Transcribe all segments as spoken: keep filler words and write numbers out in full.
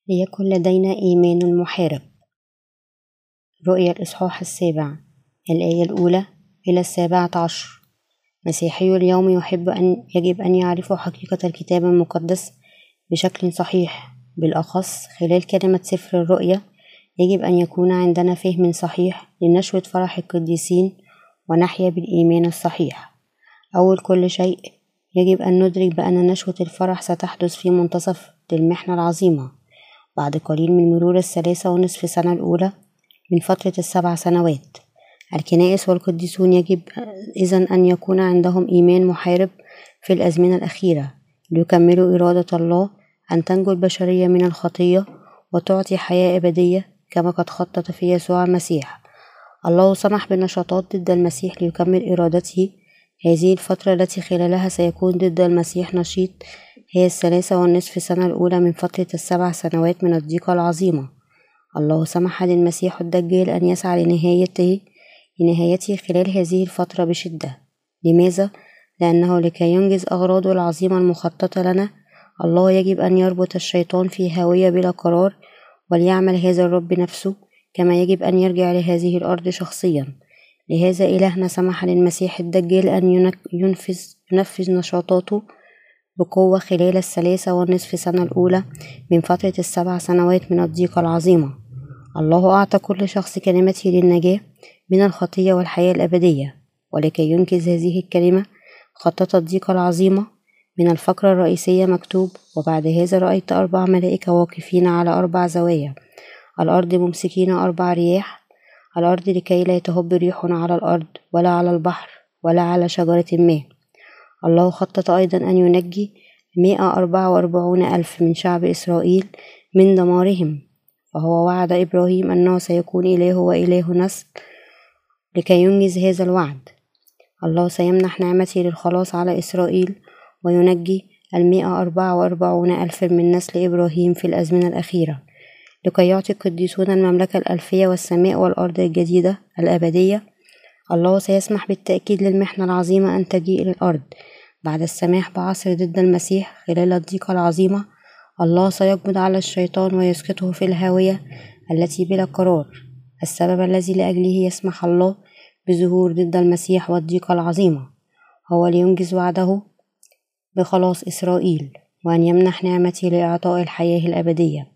ليكن لدينا إيمان محارب. رؤيا الإصحاح السابع، الآية الأولى إلى السابعة عشر. مسيحي اليوم يحب أن يجب أن يعرف حقيقة الكتاب المقدس بشكل صحيح، بالأخص خلال كلمة سفر الرؤيا. يجب أن يكون عندنا فهم صحيح لنشوة فرح القديسين ونحيا بالإيمان الصحيح. أول كل شيء يجب أن ندرك بأن نشوة الفرح ستحدث في منتصف المحنة العظيمة، بعد قليل من مرور الثلاثة ونصف سنة الأولى من فترة السبع سنوات. الكنائس والقديسون يجب إذن أن يكون عندهم إيمان محارب في الأزمنة الأخيرة ليكملوا إرادة الله أن تنجو البشرية من الخطية وتعطي حياة أبدية كما قد خطط في يسوع المسيح. الله سمح بالنشاطات ضد المسيح ليكمل إرادته. هذه الفترة التي خلالها سيكون ضد المسيح نشيط هي الثلاثة والنصف سنة الأولى من فترة السبع سنوات من الضيقة العظيمة. الله سمح للمسيح الدجال أن يسعى لنهايته لنهايته خلال هذه الفترة بشدة. لماذا؟ لأنه لكي ينجز أغراضه العظيمة المخططة لنا، الله يجب أن يربط الشيطان في هاوية بلا قرار، وليعمل هذا الرب نفسه، كما يجب أن يرجع لهذه الأرض شخصيا. لهذا إلهنا سمح للمسيح الدجال أن ينفذ, ينفذ نشاطاته بقوة خلال الثلاثة والنصف سنة الأولى من فترة السبع سنوات من الضيقة العظيمة. الله أعطى كل شخص كلمته للنجاة من الخطية والحياة الأبدية، ولكي ينقذ هذه الكلمة خطط الضيقة العظيمة. من الفقرة الرئيسية مكتوب: وبعد هذا رأيت أربع ملائكة واقفين على أربع زوايا الأرض ممسكين أربع رياح الأرض، لكي لا تهب ريح على الأرض ولا على البحر ولا على شجرة ما. الله خطط أيضا أن ينجي مئة وأربعة وأربعون ألف من شعب إسرائيل من دمارهم، فهو وعد إبراهيم أنه سيكون إله وإله نسل. لكي ينجز هذا الوعد، الله سيمنح نعمته للخلاص على إسرائيل وينجي المئة وأربعة وأربعون ألف من نسل إبراهيم في الأزمنة الأخيرة، لكي يعطي القديسون المملكة الألفية والسماء والأرض الجديدة الأبدية. الله سيسمح بالتأكيد للمحنة العظيمة أن تجيء إلى الأرض بعد السماح بعصر ضد المسيح خلال الضيقة العظيمة. الله سيقبض على الشيطان ويسقطه في الهاوية التي بلا قرار. السبب الذي لأجله يسمح الله بظهور ضد المسيح والضيقة العظيمة هو لينجز وعده بخلاص إسرائيل، وأن يمنح نعمته لإعطاء الحياة الأبدية.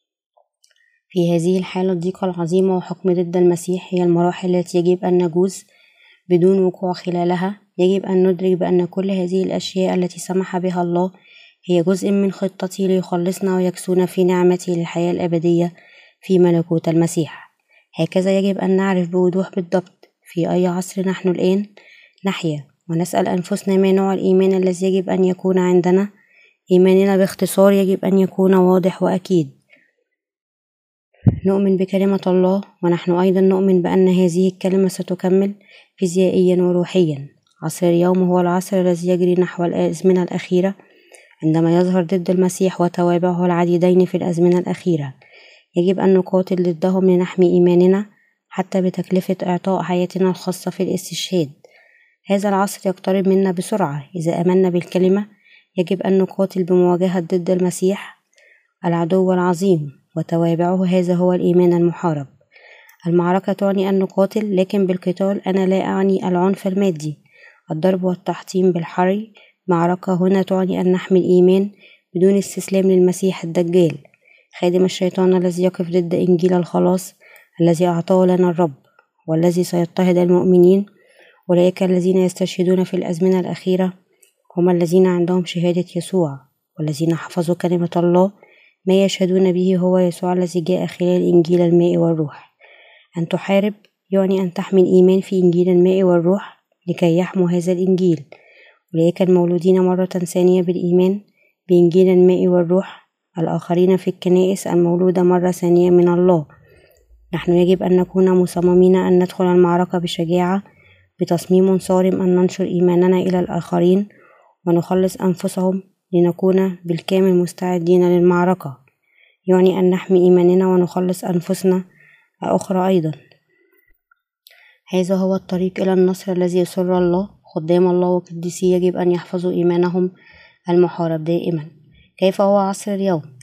في هذه الحالة الضيقة العظيمة وحكم ضد المسيح هي المراحل التي يجب أن نجوز بدون وقوع خلالها. يجب أن ندرك بأن كل هذه الأشياء التي سمح بها الله هي جزء من خطته ليخلصنا ويكسونا في نعمته للحياة الأبدية في ملكوت المسيح. هكذا يجب أن نعرف بوضوح بالضبط في أي عصر نحن الآن نحيا، ونسأل أنفسنا ما نوع الإيمان الذي يجب أن يكون عندنا. إيماننا باختصار يجب أن يكون واضح وأكيد. نؤمن بكلمة الله، ونحن أيضا نؤمن بأن هذه الكلمة ستكمل فيزيائيا وروحيا. عصر اليوم هو العصر الذي يجري نحو الأزمنة الأخيرة، عندما يظهر ضد المسيح وتوابعه العديدين في الأزمنة الأخيرة. يجب أن نقاتل ضدهم لنحمي إيماننا حتى بتكلفة إعطاء حياتنا الخاصة في الاستشهاد. هذا العصر يقترب منا بسرعة. إذا آمنا بالكلمة يجب أن نقاتل بمواجهة ضد المسيح العدو العظيم وتوابعه. هذا هو الإيمان المحارب. المعركة تعني أن نقاتل، لكن بالقتال أنا لا أعني العنف المادي، الضرب والتحطيم بالحري. معركة هنا تعني أن نحمي الإيمان بدون استسلام للمسيح الدجال، خادم الشيطان الذي يقف ضد إنجيل الخلاص الذي أعطاه لنا الرب، والذي سيضطهد المؤمنين. أولئك الذين يستشهدون في الأزمنة الأخيرة هم الذين عندهم شهادة يسوع، والذين حفظوا كلمة الله. ما يشهدون به هو يسوع الذي جاء خلال إنجيل الماء والروح. أن تحارب يعني أن تحمي الإيمان في إنجيل الماء والروح لكي يحموا هذا الإنجيل. أولئك المولودين مرة ثانية بالإيمان بإنجيل الماء والروح، الآخرين في الكنائس المولودة مرة ثانية من الله. نحن يجب أن نكون مصممين أن ندخل المعركة بشجاعة، بتصميم صارم أن ننشر إيماننا إلى الآخرين ونخلص أنفسهم، لنكون بالكامل مستعدين للمعركة. يعني أن نحمي إيماننا ونخلص أنفسنا أخرى أيضا. هذا هو الطريق إلى النصر الذي يسر الله. خدام الله وقديسي يجب أن يحفظوا إيمانهم المحارب دائما. كيف هو عصر اليوم؟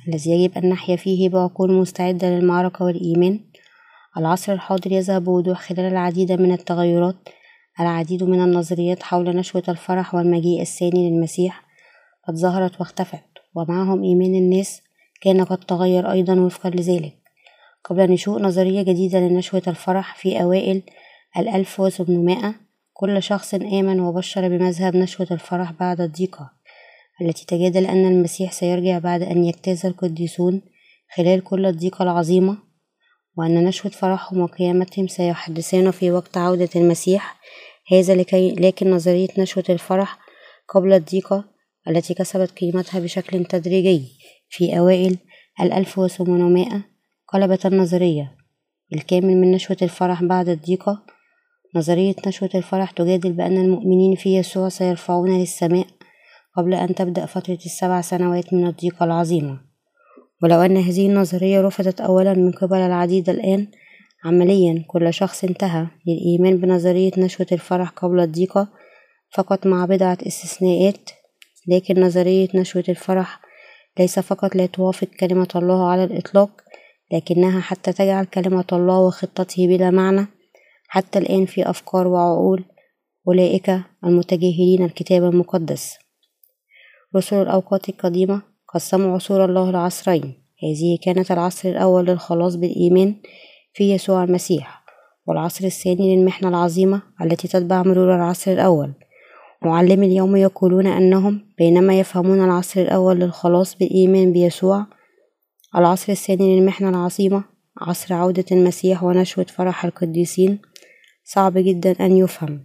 الذي يجب أن نحيا فيه بعقول مستعدة للمعركة والإيمان. العصر الحاضر يظهر بوضوح خلال العديد من التغيرات، العديد من النظريات حول نشوة الفرح والمجيء الثاني للمسيح قد ظهرت واختفت، ومعهم إيمان الناس كان قد تغير أيضا وفقا لذلك. قبل نشوء نظرية جديدة لنشوة الفرح في أوائل الألف وثمانمائة، كل شخص آمن وبشر بمذهب نشوة الفرح بعد الضيقة، التي تجادل أن المسيح سيرجع بعد أن يجتاز القديسون خلال كل الضيقة العظيمة، وأن نشوة فرحهم وقيامتهم سيحدثان في وقت عودة المسيح. هذا لكي لكن نظرية نشوة الفرح قبل الضيقة التي كسبت قيمتها بشكل تدريجي في أوائل الألف وثمانمائة قلبت النظرية الكامل من نشوة الفرح بعد الضيقة. نظرية نشوة الفرح تجادل بأن المؤمنين في يسوع سيرفعون للسماء قبل أن تبدأ فترة السبع سنوات من الضيقة العظيمة. ولو أن هذه النظرية رفضت أولا من قبل العديد، الآن عمليا كل شخص انتهى للإيمان بنظرية نشوة الفرح قبل الضيقة فقط مع بضعة استثناءات. لكن نظرية نشوة الفرح ليس فقط لا توافق كلمة الله على الإطلاق، لكنها حتى تجعل كلمة الله وخطته بلا معنى حتى الآن في أفكار وعقول أولئك المتجاهلين الكتاب المقدس. رسل الأوقات القديمة قسموا عصور الله لعصرين. هذه كانت العصر الأول للخلاص بالإيمان في يسوع المسيح، والعصر الثاني للمحنة العظيمة التي تتبع مرور العصر الأول. معلمي اليوم يقولون أنهم بينما يفهمون العصر الأول للخلاص بالإيمان بيسوع، العصر الثاني للمحنة العظيمة عصر عودة المسيح ونشوة فرح القديسين صعب جدا أن يفهم.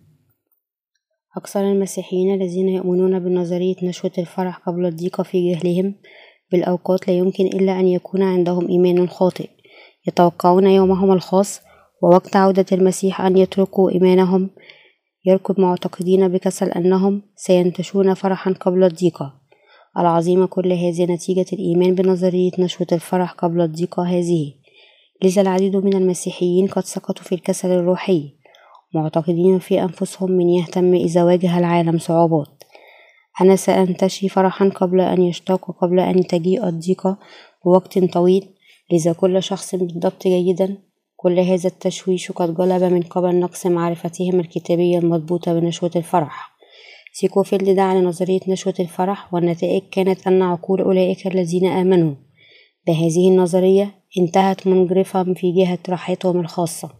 أكثر المسيحيين الذين يؤمنون بنظرية نشوة الفرح قبل الضيقة في جهلهم بالأوقات لا يمكن إلا أن يكون عندهم إيمان خاطئ، يتوقعون يومهم الخاص ووقت عودة المسيح أن يتركوا إيمانهم، يركض معتقدين بكسل أنهم سينتشون فرحا قبل الضيقة العظيمة. كل هذه نتيجة الإيمان بنظرية نشوة الفرح قبل الضيقة هذه. لذا العديد من المسيحيين قد سقطوا في الكسل الروحي، معتقدين في أنفسهم من يهتم إذا واجه العالم صعوبات. أنا سأنتشي فرحا قبل أن يشتاق قبل أن تجيء الضيقة بوقت طويل. لذا كل شخص بالضبط جيدا كل هذا التشويش قد جلب من قبل نقص معرفتهم الكتابية المضبوطة بنشوة الفرح. سيكوفيلد دعا لنظرية نشوة الفرح، والنتائج كانت أن عقول أولئك الذين آمنوا بهذه النظرية انتهت منجرفة في جهة راحتهم الخاصة،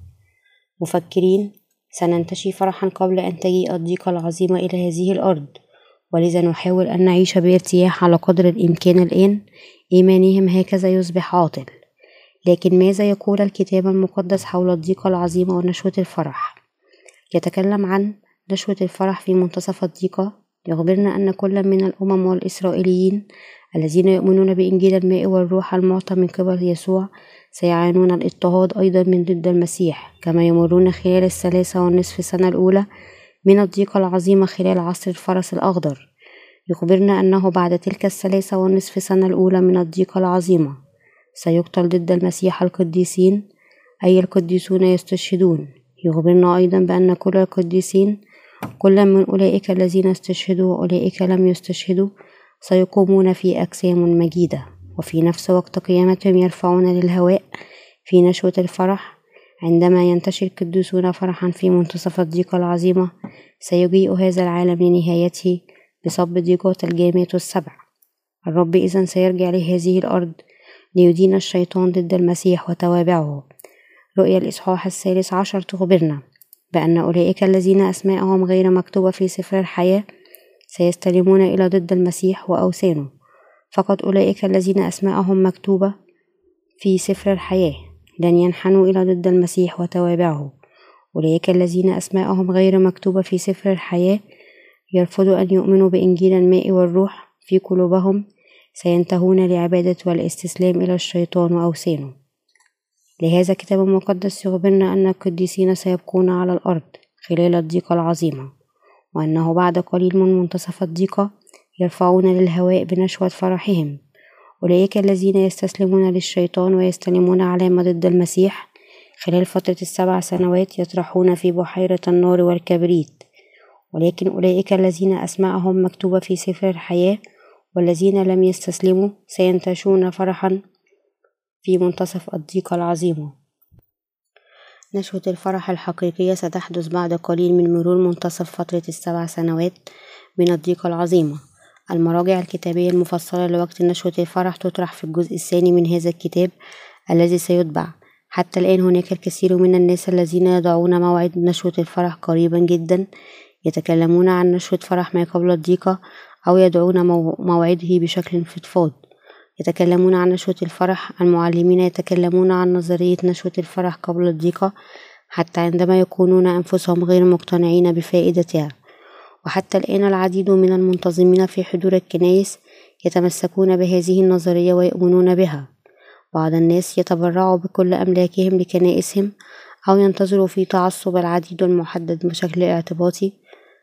مفكرين سننتشي فرحا قبل أن تجيء الضيقة العظيمة إلى هذه الأرض، ولذا نحاول أن نعيش بارتياح على قدر الإمكان الآن. إيمانهم هكذا يصبح عاطل. لكن ماذا يقول الكتاب المقدس حول الضيقة العظيمة ونشوة الفرح؟ يتكلم عن نشوة الفرح في منتصف الضيقة. يخبرنا أن كل من الأمم والإسرائيليين الذين يؤمنون بإنجيل الماء والروح المعطى من قبل يسوع سيعانون الاضطهاد أيضا من ضد المسيح، كما يمرون خلال الثلاثة والنصف سنة الأولى من الضيقة العظيمة خلال عصر الفرس الأخضر. يخبرنا أنه بعد تلك الثلاثة والنصف سنة الأولى من الضيقة العظيمة سيقتل ضد المسيح القديسين، أي القديسون يستشهدون. يخبرنا أيضا بأن كل القديسين، كل من أولئك الذين استشهدوا وأولئك لم يستشهدوا، سيقومون في أجسام مجيدة، وفي نفس وقت قيامتهم يرفعون للهواء في نشوة الفرح. عندما ينتشر القديسون فرحا في منتصف الضيقة العظيمة سيجيء هذا العالم لنهايته بسبب ضيقات الجامات السبع. الرب إذن سيرجع لهذه الأرض ليدين الشيطان ضد المسيح وتوابعه. رؤيا الإصحاح الثالث عشر تخبرنا بأن أولئك الذين أسماءهم غير مكتوبة في سفر الحياة سيستلمون إلى ضد المسيح وأوثانه. فقط أولئك الذين أسماءهم مكتوبة في سفر الحياة لن ينحنوا إلى ضد المسيح وتوابعه. أولئك الذين أسماءهم غير مكتوبة في سفر الحياة يرفضوا أن يؤمنوا بإنجيل الماء والروح في قلوبهم سينتهون لعبادة والاستسلام إلى الشيطان وأوثانه. لهذا الكتاب المقدس يخبرنا أن القديسين سيبقون على الأرض خلال الضيقة العظيمة، وأنه بعد قليل من منتصف الضيقة يرفعون للهواء بنشوة فرحهم. أولئك الذين يستسلمون للشيطان ويستلمون علامة ضد المسيح خلال فترة السبع سنوات يطرحون في بحيرة النار والكبريت. ولكن أولئك الذين أسماءهم مكتوبة في سفر الحياة والذين لم يستسلموا سينتشون فرحا في منتصف الضيقة العظيمة. نشوة الفرح الحقيقية ستحدث بعد قليل من مرور منتصف فترة السبع سنوات من الضيقة العظيمة. المراجع الكتابية المفصلة لوقت نشوة الفرح تطرح في الجزء الثاني من هذا الكتاب الذي سيتبع. حتى الآن هناك الكثير من الناس الذين يضعون موعد نشوة الفرح قريبا جدا، يتكلمون عن نشوة فرح ما قبل الضيقة أو يدعون موعده بشكل فضفاض. يتكلمون عن نشوة الفرح. المعلمين يتكلمون عن نظرية نشوة الفرح قبل الضيقة حتى عندما يكونون أنفسهم غير مقتنعين بفائدتها. وحتى الآن العديد من المنتظمين في حضور الكنائس يتمسكون بهذه النظرية ويؤمنون بها. بعض الناس يتبرعوا بكل أملاكهم لكنائسهم أو ينتظروا في تعصب العديد المحدد بشكل اعتباطي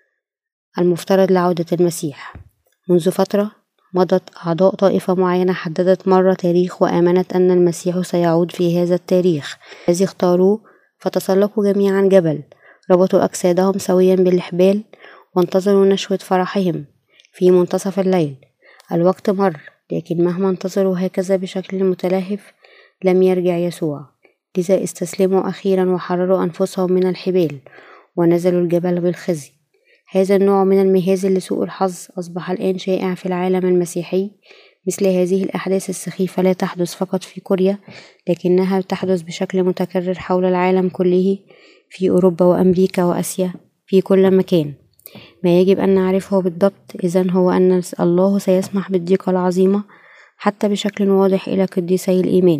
المفترض لعودة المسيح. منذ فترة مضت أعضاء طائفة معينة حددت مرة تاريخ وآمنت أن المسيح سيعود في هذا التاريخ الذي اختاروه، فتسلقوا جميعا جبل، ربطوا أجسادهم سويا بالحبال وانتظروا نشوة فرحهم في منتصف الليل. الوقت مر، لكن مهما انتظروا هكذا بشكل متلهف لم يرجع يسوع. لذا استسلموا أخيرا وحرروا أنفسهم من الحبال ونزلوا الجبل بالخزي. هذا النوع من المهازل لسوء الحظ أصبح الآن شائع في العالم المسيحي. مثل هذه الأحداث السخيفة لا تحدث فقط في كوريا، لكنها تحدث بشكل متكرر حول العالم كله، في أوروبا وأمريكا وآسيا، في كل مكان. ما يجب أن نعرفه بالضبط إذن هو أن الله سيسمح بالضيقة العظيمة حتى بشكل واضح إلى قديسي الإيمان.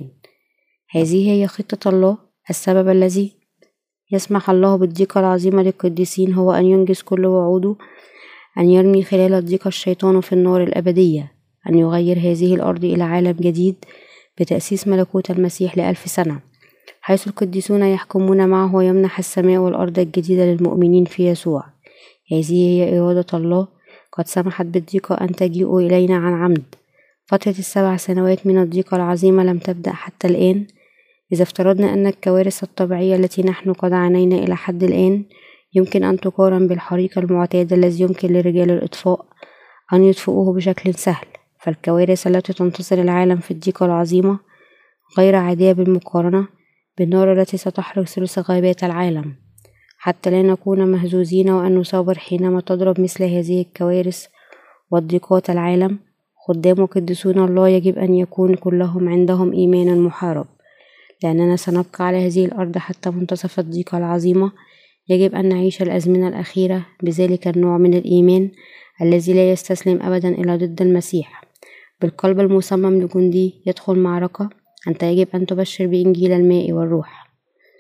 هذه هي خطة الله. السبب الذي يسمح الله بالضيقة العظيمة للقديسين هو أن ينجز كل وعوده، أن يرمي خلال الضيقة الشيطان في النار الأبدية، أن يغير هذه الأرض إلى عالم جديد بتأسيس ملكوت المسيح لألف سنة، حيث القديسون يحكمون معه ويمنح السماء والأرض الجديدة للمؤمنين في يسوع. هذه هي إرادة الله. قد سمحت بالضيقة أن تجيء إلينا عن عمد. فترة السبع سنوات من الضيقة العظيمة لم تبدأ حتى الآن. إذا افترضنا أن الكوارث الطبيعية التي نحن قد عانينا إلى حد الآن يمكن أن تقارن بالحريق المعتاد الذي يمكن لرجال الإطفاء أن يطفئوه بشكل سهل، فالكوارث التي تنتصر العالم في الضيقة العظيمة غير عادية بالمقارنة بالنار التي ستحرق ثلث غابات العالم. حتى لا نكون مهزوزين وأن نصابر حينما تضرب مثل هذه الكوارث والضيقات العالم، خدام وقديسون الله يجب أن يكون كلهم عندهم إيمان محارب، لأننا سنبقى على هذه الأرض حتى منتصف الضيقة العظيمة. يجب أن نعيش الأزمنة الأخيرة بذلك النوع من الإيمان الذي لا يستسلم أبدا إلى ضد المسيح. بالقلب المصمم لجندي يدخل معركة، أنت يجب أن تبشر بإنجيل الماء والروح.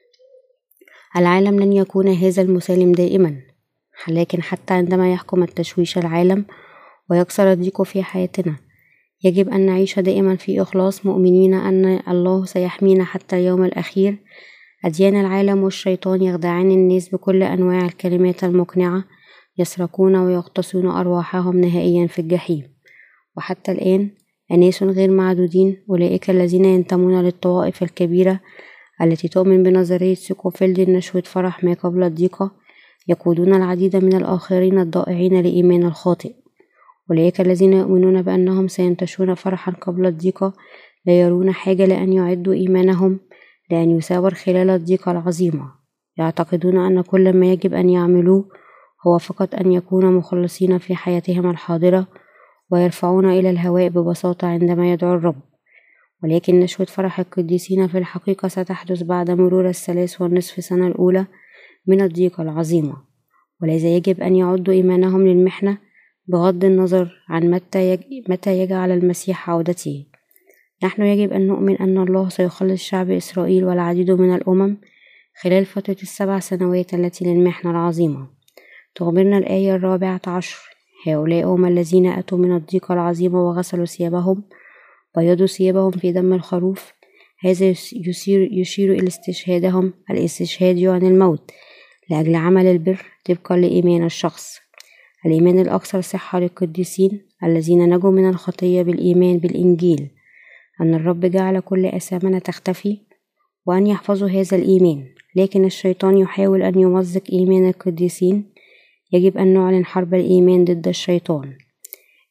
العالم لن يكون هذا المسالم دائما، لكن حتى عندما يحكم التشويش العالم ويكسر الضيق في حياتنا يجب أن نعيش دائما في إخلاص، مؤمنين أن الله سيحمينا حتى اليوم الأخير. أديان العالم والشيطان يخدعان الناس بكل أنواع الكلمات المقنعة، يسرقون ويغتصون أرواحهم نهائيا في الجحيم. وحتى الآن أناس غير معدودين، أولئك الذين ينتمون للطوائف الكبيرة التي تؤمن بنظرية سكوفيلد نشوة فرح ما قبل الضيقة، يقودون العديد من الآخرين الضائعين لإيمان الخاطئ. أولئك الذين يؤمنون بأنهم سينتشون فرحا قبل الضيقة لا يرون حاجة لأن يعدوا إيمانهم لأن يثابر خلال الضيقة العظيمة. يعتقدون أن كل ما يجب أن يعملوه هو فقط أن يكونوا مخلصين في حياتهم الحاضرة ويرفعون إلى الهواء ببساطة عندما يدعو الرب. ولكن نشوة فرح القديسين في الحقيقة ستحدث بعد مرور الثلاث والنصف سنة الأولى من الضيقة العظيمة، ولذا يجب أن يعدوا إيمانهم للمحنة بغض النظر عن متى, يج... متى يجعل المسيح عودته. نحن يجب أن نؤمن أن الله سيخلص شعب إسرائيل والعديد من الأمم خلال فترة السبع سنوات التي للمحنة العظيمة. تخبرنا الآية الرابعة عشر: هؤلاء هم الذين أتوا من الضيقة العظيمة وغسلوا ثيابهم، بيضوا ثيابهم في دم الخروف. هذا يشير, يشير إلى استشهادهم. الاستشهاد يعني الموت لأجل عمل البر طبقا لإيمان الشخص. الإيمان الأكثر صحة للقديسين الذين نجوا من الخطية بالإيمان بالإنجيل أن الرب جعل كل آثامنا تختفي وأن يحفظوا هذا الإيمان، لكن الشيطان يحاول أن يمزق إيمان القديسين. يجب أن نعلن حرب الإيمان ضد الشيطان.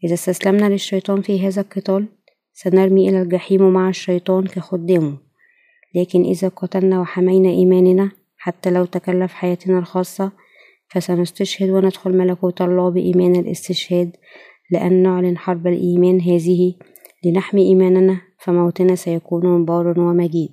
إذا استسلمنا للشيطان في هذا القتال سنرمي إلى الجحيم مع الشيطان كخدامه، لكن إذا قتلنا وحمينا إيماننا حتى لو تكلف حياتنا الخاصة فسنستشهد وندخل ملكوت الله بإيمان الاستشهاد، لأن نعلن حرب الإيمان هذه لنحمي إيماننا، فموتنا سيكون بار ومجيد.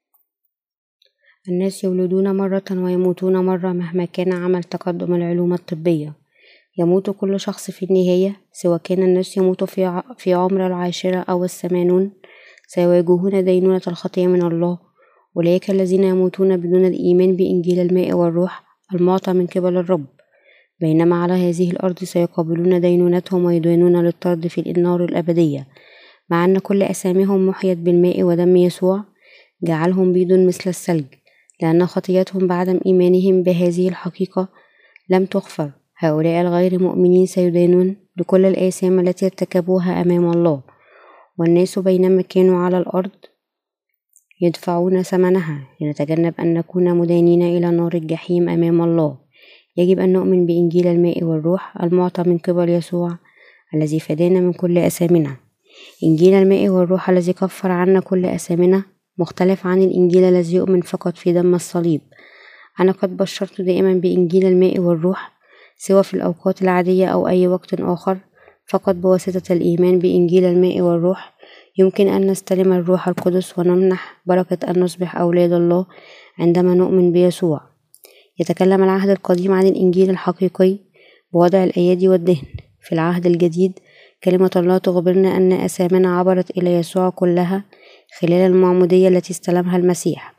الناس يولدون مرة ويموتون مرة مهما كان عمل تقدم العلوم الطبية. يموت كل شخص في النهاية، سواء كان الناس يموت في في عمر العاشرة أو الثمانون سيواجهون دينونة الخطية من الله. أولئك الذين يموتون بدون الإيمان بإنجيل الماء والروح المعطى من قبل الرب، بينما على هذه الأرض سيقابلون دينونتهم ويدينون للطرد في النار الأبدية، مع أن كل أساميهم محيت بالماء ودم يسوع جعلهم بيض مثل الثلج، لأن خطيتهم بعدم إيمانهم بهذه الحقيقة لم تغفر. هؤلاء الغير مؤمنين سيدينون لكل الآثام التي ارتكبوها أمام الله، والناس بينما كانوا على الأرض يدفعون ثمنها لنتجنب أن نكون مدانين إلى نار الجحيم أمام الله. يجب أن نؤمن بإنجيل الماء والروح المعطى من قبل يسوع الذي فدانا من كل أثامنا. إنجيل الماء والروح الذي كفر عنا كل أثامنا مختلف عن الإنجيل الذي يؤمن فقط في دم الصليب. أنا قد بشرت دائما بإنجيل الماء والروح سواء في الأوقات العادية أو أي وقت آخر، فقط بواسطة الإيمان بإنجيل الماء والروح يمكن أن نستلم الروح القدس ونمنح بركة أن نصبح أولاد الله عندما نؤمن بيسوع. يتكلم العهد القديم عن الإنجيل الحقيقي بوضع الأيادي والدهن. في العهد الجديد كلمة الله تخبرنا أن أثامنا عبرت إلى يسوع كلها خلال المعمودية التي استلمها المسيح.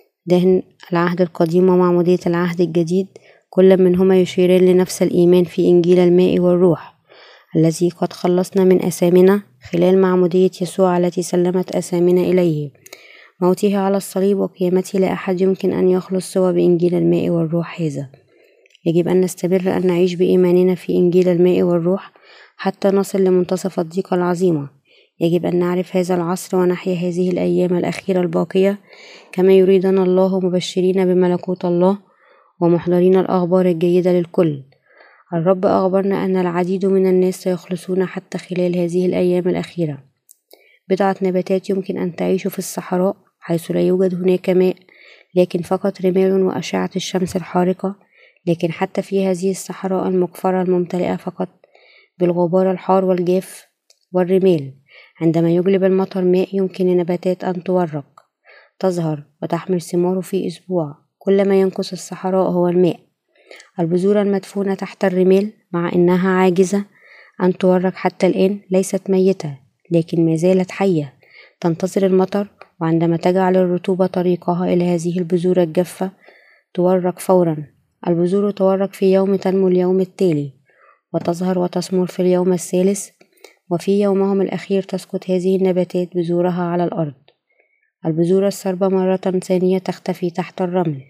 دهن العهد القديم ومعمودية العهد الجديد كل منهما يشيران لنفس الإيمان في إنجيل الماء والروح الذي قد خلصنا من أثامنا خلال معمودية يسوع التي سلمت أثامنا إليه. موته على الصليب وقيامته لا أحد يمكن أن يخلص سوى بإنجيل الماء والروح هذا. يجب أن نستمر أن نعيش بإيماننا في إنجيل الماء والروح حتى نصل لمنتصف الضيقة العظيمة. يجب أن نعرف هذا العصر ونحيا هذه الأيام الأخيرة الباقية كما يريدنا الله، مبشرين بملكوت الله ومحضرين الأخبار الجيدة للكل. الرب أخبرنا أن العديد من الناس سيخلصون حتى خلال هذه الأيام الأخيرة. بضعة نباتات يمكن أن تعيش في الصحراء حيث لا يوجد هناك ماء لكن فقط رمال وأشعة الشمس الحارقة، لكن حتى في هذه الصحراء المقفرة الممتلئة فقط بالغبار الحار والجاف والرمال، عندما يجلب المطر ماء يمكن للنباتات أن تورق، تزهر وتحمل ثمار في أسبوع. كل ما ينقص الصحراء هو الماء. البذور المدفونة تحت الرمال مع أنها عاجزة أن تورق حتى الآن ليست ميتة، لكن ما زالت حية تنتظر المطر، وعندما تجعل الرطوبة طريقها إلى هذه البذور الجافة تورق فورا. البذور تورق في يوم، تنمو اليوم التالي، وتظهر وتثمر في اليوم الثالث، وفي يومهم الأخير تسقط هذه النباتات بذورها على الأرض. البذور الصلبة مرة ثانية تختفي تحت الرمل.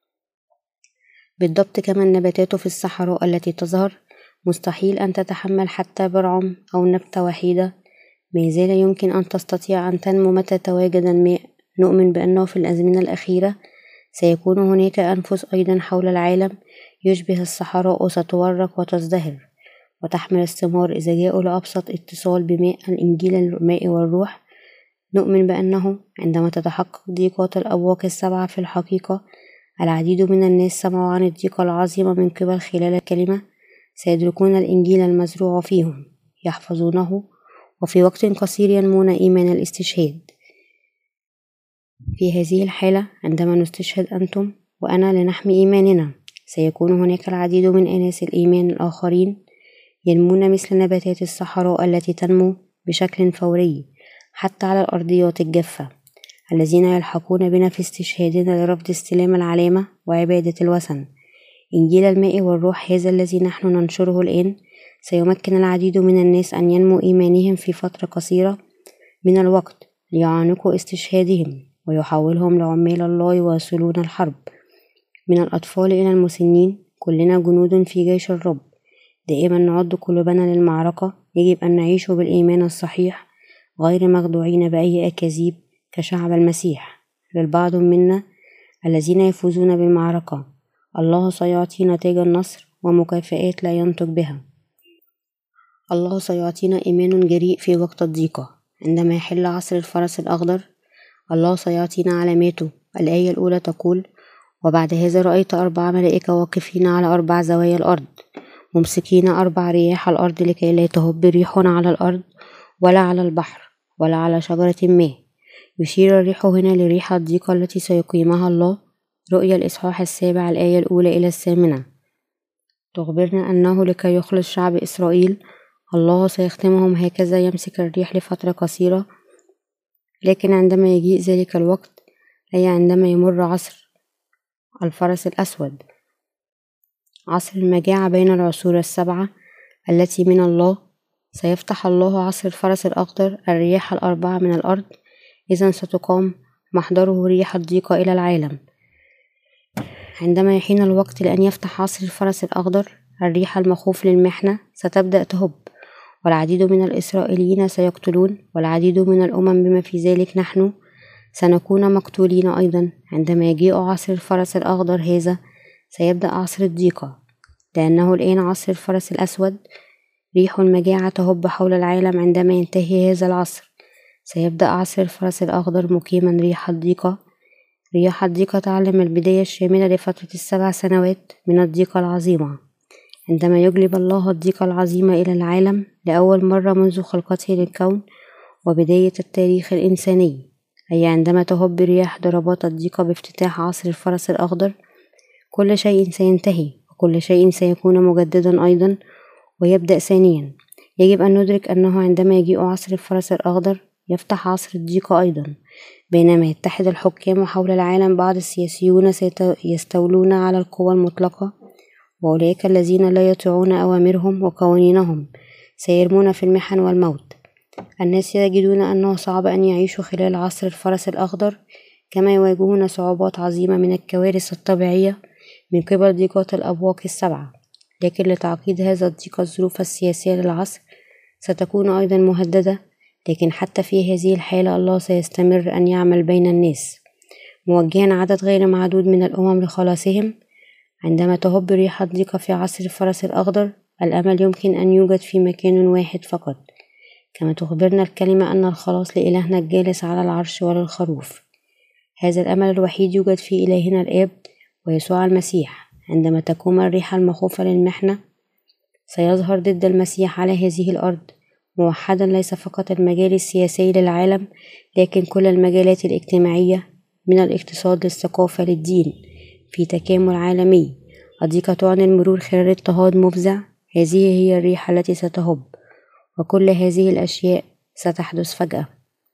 بالضبط كما النباتات في الصحراء التي تظهر مستحيل أن تتحمل حتى برعم أو نبتة وحيدة، ما زال يمكن أن تستطيع أن تنمو متى تواجد الماء. نؤمن بأنه في الأزمنة الأخيرة سيكون هناك أنفس أيضا حول العالم يشبه الصحراء، وستورق وتزدهر وتحمل الثمار إذا جاءوا لأبسط اتصال بماء الإنجيل الماء والروح. نؤمن بأنه عندما تتحقق ضيقات الأبواق السبعة في الحقيقة العديد من الناس سمعوا عن الضيقة العظيمة من قبل خلال الكلمة سيدركون الإنجيل المزروع فيهم، يحفظونه، وفي وقت قصير ينمون إيمان الاستشهاد. في هذه الحالة عندما نستشهد أنتم وأنا لنحمي إيماننا سيكون هناك العديد من أناس الإيمان الآخرين ينمون مثل نباتات الصحراء التي تنمو بشكل فوري حتى على الأرضيات الجافة، الذين يلحقون بنا في استشهادنا لرفض استلام العلامة وعبادة الوثن. إنجيل الماء والروح هذا الذي نحن ننشره الآن سيمكن العديد من الناس أن ينمو إيمانهم في فترة قصيرة من الوقت ليعانقوا استشهادهم ويحولهم لعمال الله يواصلون الحرب. من الأطفال إلى المسنين كلنا جنود في جيش الرب. دائما نعد قلوبنا للمعركة. يجب أن نعيش بالإيمان الصحيح غير مخدوعين بأي أكاذيب كشعب المسيح. للبعض منا الذين يفوزون بالمعركة الله سيعطي نتاج النصر ومكافآت لا ينطق بها. الله سيعطينا إيمان جريء في وقت الضيقة. عندما يحل عصر الفرس الأخضر الله سيعطينا علاماته. الآية الأولى تقول: وبعد هذا رأيت أربع ملائكة واقفين على أربع زوايا الأرض ممسكين أربع رياح الأرض لكي لا تهب ريح على الأرض ولا على البحر ولا على شجرة ما. يشير الريح هنا لريح الضيقة التي سيقيمها الله. رؤيا الإصحاح السابع الآية الأولى إلى الثامنة تخبرنا أنه لكي يخلص شعب إسرائيل الله سيختمهم هكذا، يمسك الريح لفترة قصيرة، لكن عندما يجيء ذلك الوقت، أي عندما يمر عصر الفرس الأسود، عصر المجاعة بين العصور السبعة التي من الله، سيفتح الله عصر الفرس الأخضر الرياح الأربعة من الأرض. إذن ستقام محضره ريح الضيقة إلى العالم. عندما يحين الوقت لأن يفتح عصر الفرس الأخضر الريح المخوف للمحنة ستبدأ تهب، والعديد من الإسرائيليين سيقتلون، والعديد من الأمم بما في ذلك نحن سنكون مقتولين أيضا. عندما يجيء عصر الفرس الأخضر هذا سيبدأ عصر الضيقة، لأنه الآن عصر الفرس الأسود. ريح المجاعة تهب حول العالم. عندما ينتهي هذا العصر سيبدأ عصر الفرس الأخضر مقيما ريح الضيقة. رياح الضيقة تعلم البداية الشاملة لفترة السبع سنوات من الضيقة العظيمة، عندما يجلب الله الضيقة العظيمة إلى العالم لأول مرة منذ خلقته للكون وبداية التاريخ الإنساني، أي عندما تهب رياح ضربات الضيقة بافتتاح عصر الفرس الأخضر كل شيء سينتهي وكل شيء سيكون مجددا أيضا ويبدأ ثانيا. يجب أن ندرك أنه عندما يجيء عصر الفرس الأخضر يفتح عصر الضيقة أيضا. بينما يتحد الحكام حول العالم، بعض السياسيون سيستولون على القوى المطلقة، وأولئك الذين لا يطيعون أوامرهم وقوانينهم سيرمون في المحن والموت. الناس يجدون أنه صعب أن يعيشوا خلال عصر الفرس الأخضر، كما يواجهون صعوبات عظيمة من الكوارث الطبيعية من قبل ضيقات الأبواق السبعة. لكن لتعقيد هذا الضيق الظروف السياسية للعصر ستكون أيضا مهددة. لكن حتى في هذه الحالة الله سيستمر أن يعمل بين الناس، موجها عدد غير معدود من الأمم لخلاصهم. عندما تهب ريح الضيقة في عصر الفرس الأخضر الأمل يمكن أن يوجد في مكان واحد فقط، كما تخبرنا الكلمة أن الخلاص لإلهنا الجالس على العرش وللخروف. هذا الأمل الوحيد يوجد في إلهنا الآب ويسوع المسيح. عندما تقوم الريح المخوفة للمحنة سيظهر ضد المسيح على هذه الأرض موحدا ليس فقط المجال السياسي للعالم، لكن كل المجالات الاجتماعية، من الاقتصاد للثقافة للدين، في تكامل عالمي. الضيقة تعني المرور خلال اضطهاد مفزع. هذه هي الريح التي ستهب، وكل هذه الأشياء ستحدث فجأة.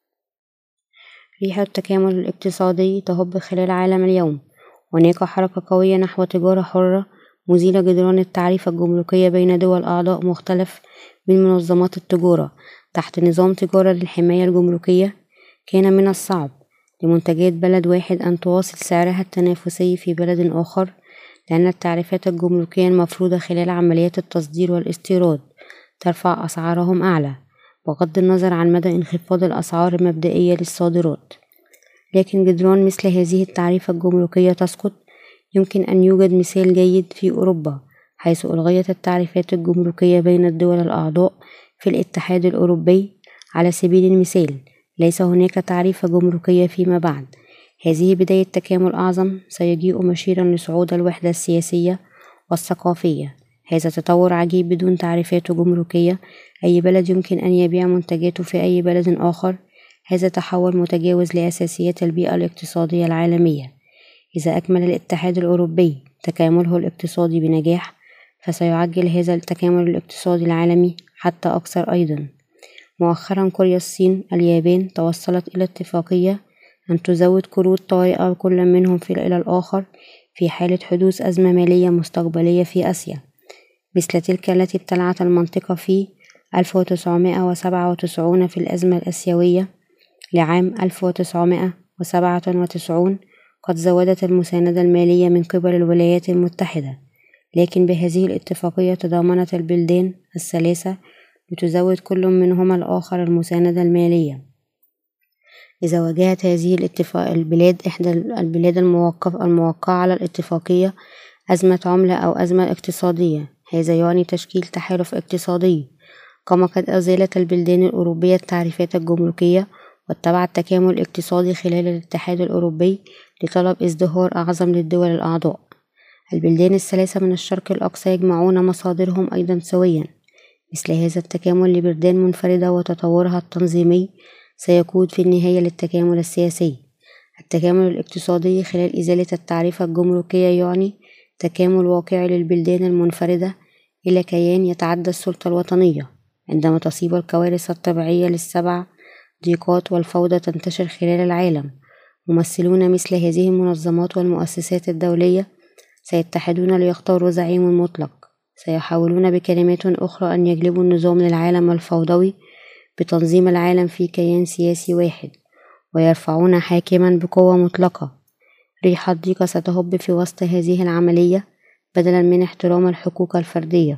ريح التكامل الاقتصادي تهب خلال العالم اليوم. هناك حركة قوية نحو تجارة حرة مزيلة جدران التعريفة الجمركية بين دول أعضاء مختلف من منظمات التجارة تحت نظام تجارة للحماية الجمركية. كان من الصعب لمنتجات بلد واحد أن تواصل سعرها التنافسي في بلد آخر، لأن التعريفات الجمركية المفروضة خلال عمليات التصدير والاستيراد ترفع أسعارهم أعلى، بغض النظر عن مدى انخفاض الأسعار المبدئية للصادرات. لكن جدران مثل هذه التعريفة الجمركية تسقط. يمكن أن يوجد مثال جيد في أوروبا، حيث ألغيت التعريفات الجمركية بين الدول الأعضاء في الاتحاد الأوروبي. على سبيل المثال، ليس هناك تعريفة جمركية فيما بعد. هذه بداية تكامل أعظم سيجيء مشيرا لصعود الوحدة السياسية والثقافية. هذا تطور عجيب بدون تعريفات جمركية. أي بلد يمكن أن يبيع منتجاته في أي بلد آخر. هذا تحول متجاوز لأساسيات البيئة الاقتصادية العالمية. إذا أكمل الاتحاد الأوروبي تكامله الاقتصادي بنجاح، فسيعجل هذا التكامل الاقتصادي العالمي حتى أكثر أيضا. مؤخرا كوريا، الصين، اليابان توصلت إلى اتفاقية أن تزود قروض طارئة كل منهم في إلى الآخر في حالة حدوث أزمة مالية مستقبلية في آسيا، مثل تلك التي ابتلعت المنطقة في ألف وتسعمائة وسبعة وتسعين في الأزمة الآسيوية لعام ألف وتسعمائة وسبعة وتسعين. قد زودت المساندة المالية من قبل الولايات المتحدة، لكن بهذه الاتفاقية تضامنت البلدان الثلاثة لتزود كل منهما الآخر المساندة المالية. إذا واجهت هذه الاتفاق البلاد إحدى البلاد الموقف الموقعة على الاتفاقية أزمة عملة أو أزمة اقتصادية، هذا يعني تشكيل تحالف اقتصادي كما قد أزالت البلدان الأوروبية التعريفات الجمركية واتبع التكامل الاقتصادي خلال الاتحاد الأوروبي لطلب ازدهار أعظم للدول الأعضاء. البلدان الثلاثة من الشرق الأقصى يجمعون مصادرهم أيضا سويا. مثل هذا التكامل لبلدان منفردة وتطورها التنظيمي سيقود في النهاية للتكامل السياسي. التكامل الاقتصادي خلال إزالة التعريفة الجمركية يعني تكامل واقعي للبلدان المنفردة إلى كيان يتعدى السلطة الوطنية. عندما تصيب الكوارث الطبيعية للسبع ضيقات والفوضى تنتشر خلال العالم، ممثلون مثل هذه المنظمات والمؤسسات الدولية سيتحدون ليختاروا زعيم مطلق. سيحاولون بكلمات أخرى أن يجلبوا النظام للعالم الفوضوي بتنظيم العالم في كيان سياسي واحد، ويرفعون حاكما بقوة مطلقة. ريح الضيقة ستهب في وسط هذه العملية بدلا من احترام الحقوق الفردية.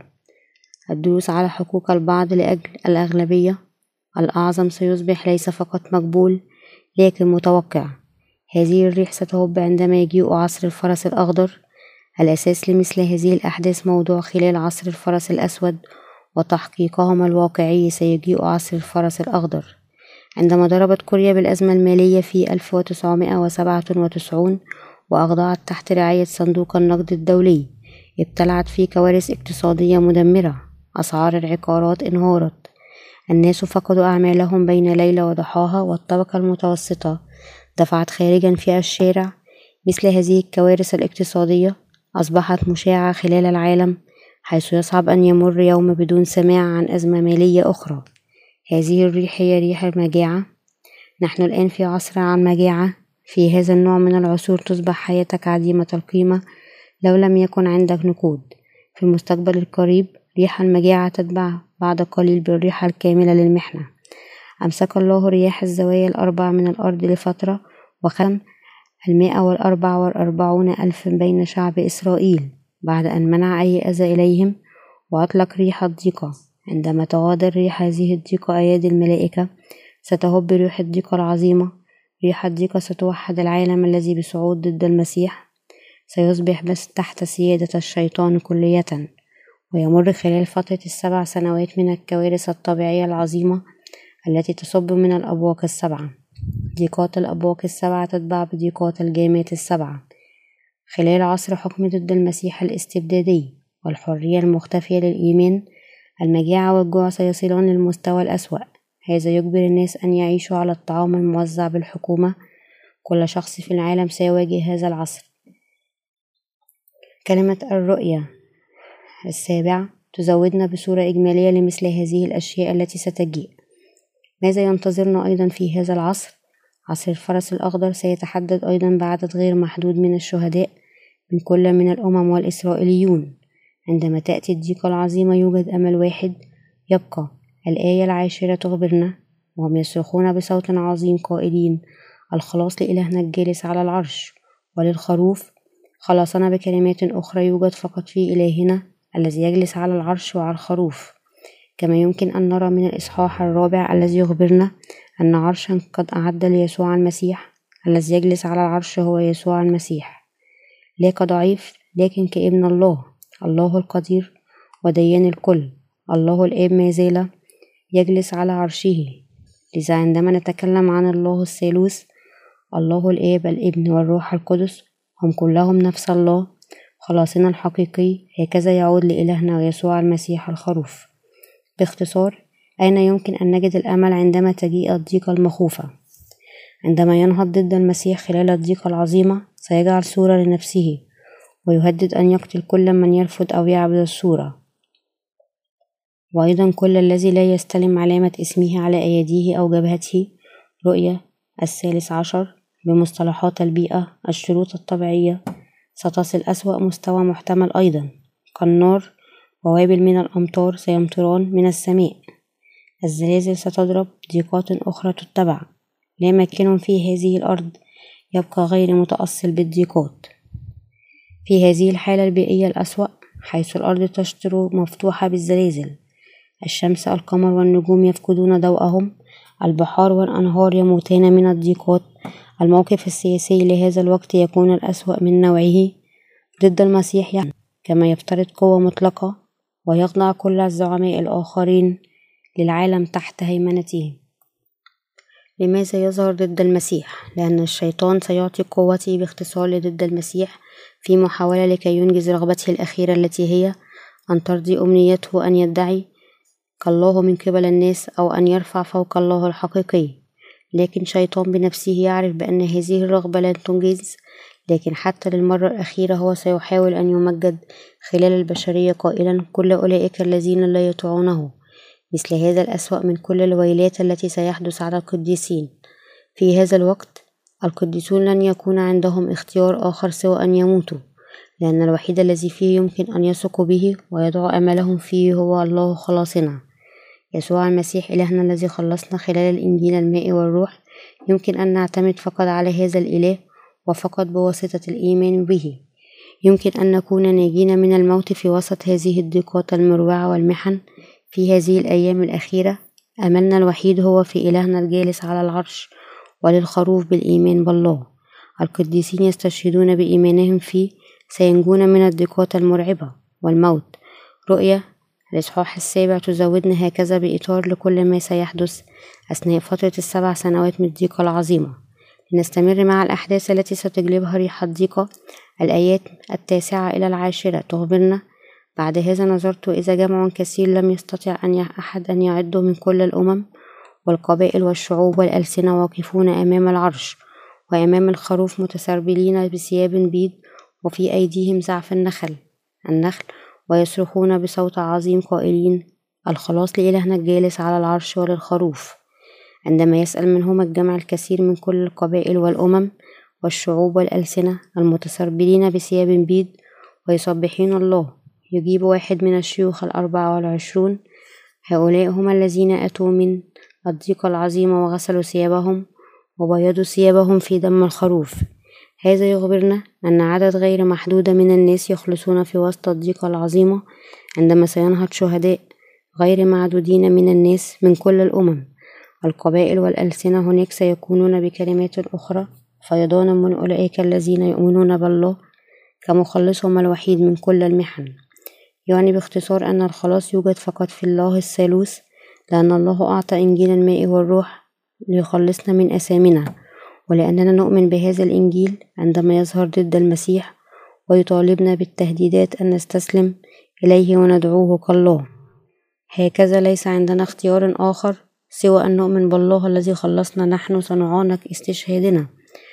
الدروس على حقوق البعض لأجل الأغلبية الأعظم سيصبح ليس فقط مقبول لكن متوقع. هذه الريح ستهب عندما يجيء عصر الفرس الأخضر. الأساس لمثل هذه الأحداث موضوع خلال عصر الفرس الأسود وتحقيقهما الواقعي سيجيء عصر الفرس الأخضر. عندما ضربت كوريا بالأزمة المالية في ألف وتسعمائة وسبعة وتسعين وأخضعت تحت رعاية صندوق النقد الدولي، ابتلعت في كوارث اقتصادية مدمرة. أسعار العقارات انهارت، الناس فقدوا أعمالهم بين ليلة وضحاها، والطبقة المتوسطة دفعت خارجا في الشارع. مثل هذه الكوارث الاقتصادية أصبحت مشاعة خلال العالم، حيث يصعب أن يمر يوم بدون سماع عن أزمة مالية أخرى. هذه الريح هي ريح المجاعة. نحن الآن في عصر عن مجاعة. في هذا النوع من العصور تصبح حياتك عديمة القيمة لو لم يكن عندك نقود. في المستقبل القريب ريح المجاعة تتبع بعد قليل بالريح الكاملة للمحنة. أمسك الله رياح الزوايا الأربع من الأرض لفترة، وختم المائة والأربع والأربعون ألف بين شعب إسرائيل بعد أن منع أي أذى إليهم، وأطلق ريح الضيقة. عندما تغادر ريح هذه الضيقة أيادي الملائكة ستهب ريح الضيقة العظيمة. ريح الضيقة ستوحد العالم الذي بصعود ضد المسيح، سيصبح بس تحت سيادة الشيطان كلية، ويمر خلال فترة السبع سنوات من الكوارث الطبيعية العظيمة التي تصب من الأبواق السبعة. ضيقات الأبواق السبعة تتبع بضيقات الجامات السبعة. خلال عصر حكم ضد المسيح الاستبدادي والحرية المختفية للإيمان، المجاعة والجوع سيصلان للمستوى الأسوأ. هذا يجبر الناس أن يعيشوا على الطعام الموزع بالحكومة. كل شخص في العالم سيواجه هذا العصر. كلمة الرؤية السابع تزودنا بصورة إجمالية لمثل هذه الأشياء التي ستجيء. ماذا ينتظرنا أيضا في هذا العصر؟ عصر الفرس الأخضر سيتحدد أيضا بعدد غير محدود من الشهداء من كل من الأمم والإسرائيليون. عندما تأتي الضيقة العظيمة يوجد أمل واحد يبقى. الآية العاشرة تخبرنا: وهم يصرخون بصوت عظيم قائلين الخلاص لإلهنا الجالس على العرش وللخروف. خلصنا بكلمات أخرى يوجد فقط في إلهنا الذي يجلس على العرش وعلى الخروف. كما يمكن أن نرى من الإصحاح الرابع الذي يخبرنا أن عرشا قد أعد ليسوع المسيح. الذي يجلس على العرش هو يسوع المسيح، لا كضعيف لكن كابن الله، الله القدير وديان الكل. الله الآب ما زال يجلس على عرشه. لذا عندما نتكلم عن الله الثالوث، الله الآب الابن والروح القدس هم كلهم نفس الله. خلاصنا الحقيقي هكذا يعود لإلهنا ويسوع المسيح الخروف. باختصار، أين يمكن أن نجد الأمل عندما تجيء الضيقة المخوفة؟ عندما ينهض ضد المسيح خلال الضيقة العظيمة سيجعل صورة لنفسه ويهدد أن يقتل كل من يرفض أو يعبد الصورة، وأيضا كل الذي لا يستلم علامة اسمه على أيديه أو جبهته. رؤية الثالث عشر بمصطلحات البيئة الشروط الطبيعية ستصل أسوأ مستوى محتمل أيضا كالنار. ووابل من الأمطار سيمطران من السماء. الزلازل ستضرب. ضيقات أخرى تتبع. لا مكان في هذه الأرض يبقى غير متأصل بالضيقات. في هذه الحالة البيئية الأسوأ، حيث الأرض تشطر مفتوحة بالزلازل، الشمس القمر والنجوم يفقدون ضوءهم، البحار والأنهار يموتان من الضيقات، الموقف السياسي لهذا الوقت يكون الأسوأ من نوعه ضد المسيح، يعني كما يفترض قوة مطلقة ويخضع كل الزعماء الآخرين للعالم تحت هيمنته. لماذا يظهر ضد المسيح؟ لأن الشيطان سيعطي قوته باختصار ضد المسيح في محاولة لكي ينجز رغبته الأخيرة التي هي أن ترضي أمنيته أن يدعي كالله من قبل الناس أو أن يرفع فوق الله الحقيقي. لكن شيطان بنفسه يعرف بأن هذه الرغبة لن تنجز، لكن حتى للمرة الأخيرة هو سيحاول أن يمجد خلال البشرية قائلا كل أولئك الذين لا يطيعونه. مثل هذا الأسوأ من كل الويلات التي سيحدث على القديسين. في هذا الوقت القديسون لن يكون عندهم اختيار آخر سوى أن يموتوا، لأن الوحيد الذي فيه يمكن أن يثقوا به ويضعوا أملهم فيه هو الله خلاصنا يسوع المسيح إلهنا الذي خلصنا خلال الإنجيل الماء والروح. يمكن أن نعتمد فقط على هذا الإله وفقط بواسطة الإيمان به. يمكن أن نكون ناجين من الموت في وسط هذه الضيقات المروعة والمحن. في هذه الأيام الأخيرة أملنا الوحيد هو في إلهنا الجالس على العرش وللخروف بالإيمان بالله. القديسين يستشهدون بإيمانهم فيه سينجون من الضيقات المرعبة والموت. رؤية الإصحاح السابع تزودنا هكذا بإطار لكل ما سيحدث أثناء فترة السبع سنوات من الضيقة العظيمة. لنستمر مع الأحداث التي ستجلبها ريح الضيقة. الآيات التاسعة إلى العاشرة تخبرنا: بعد هذا نظرت إذا جمع كثير لم يستطع أن أحد أن يعده من كل الأمم والقبائل والشعوب والألسنة واقفون أمام العرش وأمام الخروف متسربلين بثياب بيض وفي أيديهم زعف النخل النخل ويصرخون بصوت عظيم قائلين: الخلاص لإلهنا الجالس على العرش وللخروف. عندما يسأل منهما الجمع الكثير من كل القبائل والأمم والشعوب والألسنة المتسربلين بثياب بيض ويسبحون الله، يجيب واحد من الشيوخ الأربعة والعشرون: هؤلاء هم الذين أتوا من الضيقة العظيمة وغسلوا ثيابهم وبيضوا ثيابهم في دم الخروف. هذا يخبرنا أن عدد غير محدود من الناس يخلصون في وسط الضيقة العظيمة عندما سينهض شهداء غير معدودين من الناس من كل الأمم القبائل والألسنة. هناك سيكونون بكلمات أخرى فيضان من أولئك الذين يؤمنون بالله كمخلصهم الوحيد من كل المحن. يعني باختصار أن الخلاص يوجد فقط في الله الثالوث، لأن الله أعطى إنجيل الماء والروح ليخلصنا من أثامنا، ولأننا نؤمن بهذا الإنجيل عندما يظهر ضد المسيح ويطالبنا بالتهديدات أن نستسلم إليه وندعوه كالله. هكذا ليس عندنا اختيار آخر سوى أن نؤمن بالله الذي خلصنا. نحن سنعانق استشهادنا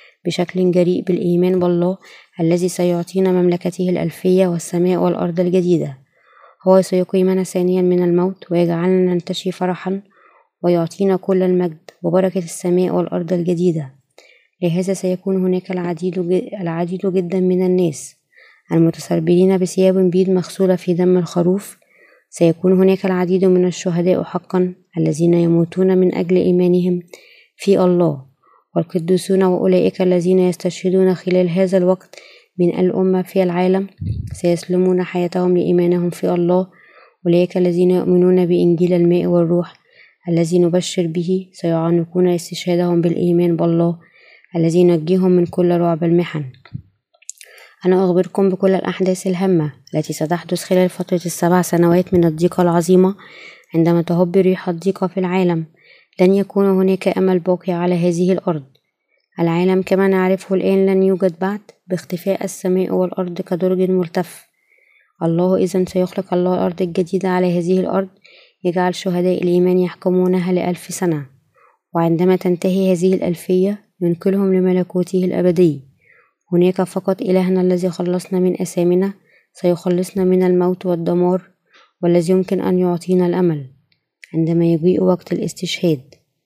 بشكل جريء بالإيمان بالله الذي سيعطينا مملكته الألفية والسماء والأرض الجديدة. هو سيقيمنا ثانيا من الموت ويجعلنا ننتشي فرحا ويعطينا كل المجد وبركة السماء والأرض الجديدة. لهذا سيكون هناك العديد العديد جدا من الناس المتسربلين بثياب بيض مغسولة في دم الخروف. سيكون هناك العديد من الشهداء حقا الذين يموتون من أجل إيمانهم في الله، والقديسون وأولئك الذين يستشهدون خلال هذا الوقت من الأمة في العالم سيسلمون حياتهم لإيمانهم في الله. أولئك الذين يؤمنون بإنجيل الماء والروح الذي نبشر به سيعانقون استشهادهم بالإيمان بالله الذي ينجيهم من كل رعب المحن. أنا أخبركم بكل الأحداث الهامة التي ستحدث خلال فترة السبع سنوات من الضيقة العظيمة. عندما تهب ريح الضيقة في العالم لن يكون هناك أمل باقي على هذه الأرض. العالم كما نعرفه الآن لن يوجد بعد باختفاء السماء والأرض كدرج ملتف. الله إذن سيخلق الله الأرض الجديدة على هذه الأرض، يجعل شهداء الإيمان يحكمونها لألف سنة، وعندما تنتهي هذه الألفية ينقلهم لملكوته الأبدي. هناك فقط إلهنا الذي خلصنا من أثامنا سيخلصنا من الموت والدمار، والذي يمكن أن يعطينا الأمل عندما يجيء وقت الاستشهاد.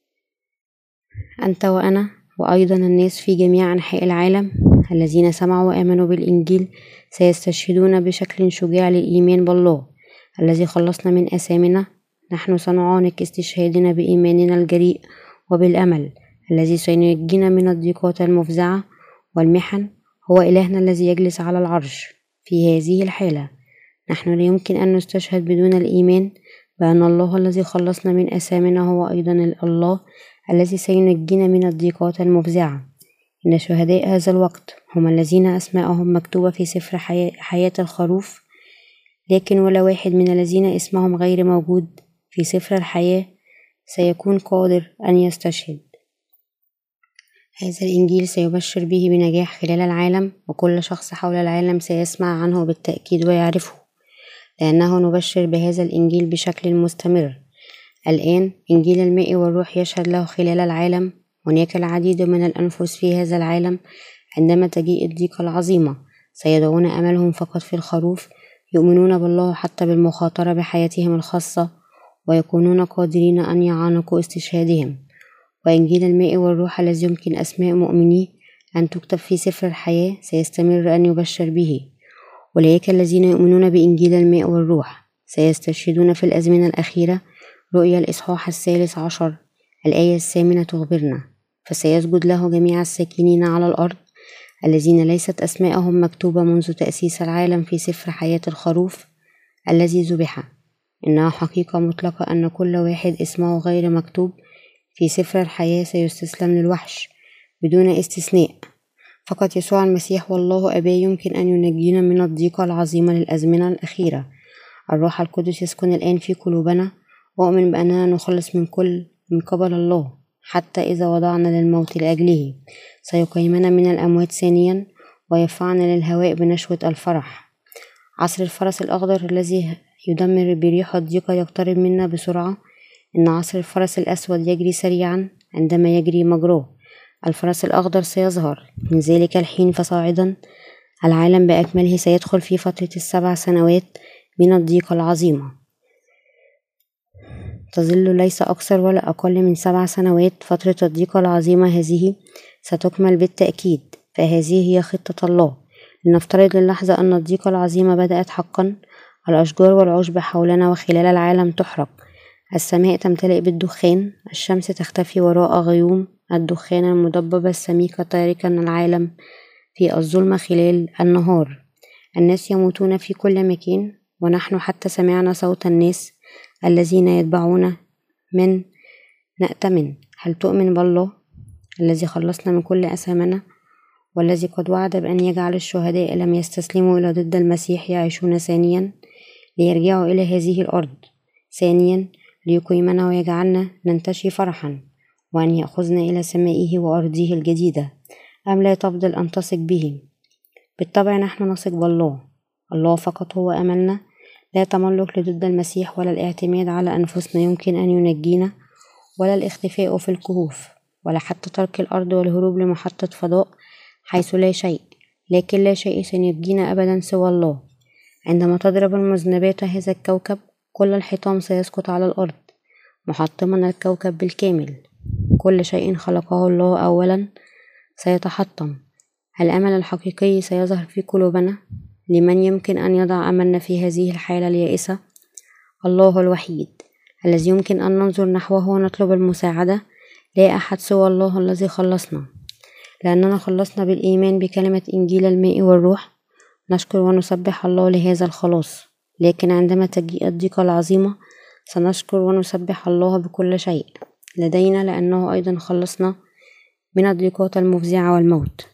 أنت وأنا وأيضا الناس في جميع أنحاء العالم الذين سمعوا وآمنوا بالإنجيل سيستشهدون بشكل شجاع للإيمان بالله الذي خلصنا من أثامنا. نحن سنعانق استشهادنا بإيماننا الجريء وبالأمل الذي سينجينا من الضيقات المفزعة والمحن. هو إلهنا الذي يجلس على العرش. في هذه الحالة نحن لا يمكن أن نستشهد بدون الإيمان بأن الله الذي خلصنا من أثامنا هو أيضا الله الذي سينجينا من الضيقات المفزعة. إن شهداء هذا الوقت هم الذين أسماءهم مكتوبة في سفر حياة الخروف، لكن ولا واحد من الذين اسمهم غير موجود في سفر الحياة سيكون قادر أن يستشهد. هذا الإنجيل سيبشر به بنجاح خلال العالم، وكل شخص حول العالم سيسمع عنه بالتأكيد ويعرفه، لأنه نبشر بهذا الإنجيل بشكل مستمر. الآن إنجيل الماء والروح يشهد له خلال العالم. هناك العديد من الأنفس في هذا العالم عندما تجيء الضيقة العظيمة سيضعون أملهم فقط في الخروف، يؤمنون بالله حتى بالمخاطرة بحياتهم الخاصة، ويكونون قادرين أن يعانقوا استشهادهم. وإنجيل الماء والروح الذي يمكن أسماء مؤمنيه أن تكتب في سفر الحياة سيستمر أن يبشر به. أولئك الذين يؤمنون بإنجيل الماء والروح سيستشهدون في الأزمنة الأخيرة. رؤيا الإصحاح الثالث عشر الآية الثامنة تخبرنا: فسيسجد له جميع الساكنين على الأرض الذين ليست أسماءهم مكتوبة منذ تأسيس العالم في سفر حياة الخروف الذي ذبح. إنها حقيقة مطلقة أن كل واحد اسمه غير مكتوب في سفر الحياة سيستسلم للوحش بدون استثناء. فقط يسوع المسيح والله أباه يمكن أن ينجينا من الضيقة العظيمة للأزمنة الأخيرة. الروح القدس يسكن الآن في قلوبنا، وأؤمن بأننا نخلص من كل من قبل الله حتى إذا وضعنا للموت لأجله. سيقيمنا من الأموات ثانيا ويرفعنا للهواء بنشوة الفرح. عصر الفرس الأخضر الذي يدمر بريح الضيقة يقترب منا بسرعة. إن عصر الفرس الأسود يجري سريعا عندما يجري مجراه. الفرس الأخضر سيظهر من ذلك الحين فصاعدا. العالم بأكمله سيدخل في فترة السبع سنوات من الضيقة العظيمة، تظل ليس أكثر ولا أقل من سبع سنوات. فترة الضيقة العظيمة هذه ستكمل بالتأكيد، فهذه هي خطة الله. لنفترض للحظة أن الضيقة العظيمة بدأت حقا. الأشجار والعشب حولنا وخلال العالم تحرق، السماء تمتلئ بالدخان، الشمس تختفي وراء غيوم الدخان المدببة السميكة، تاركا العالم في الظلمة خلال النهار. الناس يموتون في كل مكان، ونحن حتى سمعنا صوت الناس الذين يتبعون من نأتمن. هل تؤمن بالله الذي خلصنا من كل أثامنا، والذي قد وعد بأن يجعل الشهداء لم يستسلموا إلى ضد المسيح يعيشون ثانيا ليرجعوا إلى هذه الأرض، ثانيا ليقيمنا ويجعلنا ننتشي فرحا، وأن يأخذنا إلى سمائه وأرضه الجديدة؟ أم لا تفضل أن تثق به؟ بالطبع نحن نثق بالله. الله فقط هو أملنا. لا تملك لضد المسيح ولا الاعتماد على أنفسنا يمكن أن ينجينا، ولا الاختفاء في الكهوف، ولا حتى ترك الأرض والهروب لمحطة فضاء حيث لا شيء. لكن لا شيء سينجينا أبدا سوى الله. عندما تضرب المذنبات هذا الكوكب كل الحطام سيسقط على الأرض محطما الكوكب بالكامل. كل شيء خلقه الله أولا سيتحطم. الأمل الحقيقي سيظهر في قلوبنا. لمن يمكن أن يضع أملنا في هذه الحالة اليائسة؟ الله الوحيد الذي يمكن أن ننظر نحوه ونطلب المساعدة. لا أحد سوى الله الذي خلصنا، لأننا خلصنا بالإيمان بكلمة إنجيل الماء والروح. نشكر ونسبح الله لهذا الخلاص. لكن عندما تجيء الضيقة العظيمة سنشكر ونسبح الله بكل شيء لدينا، لأنه أيضا خلصنا من الضيقات المفزعة والموت.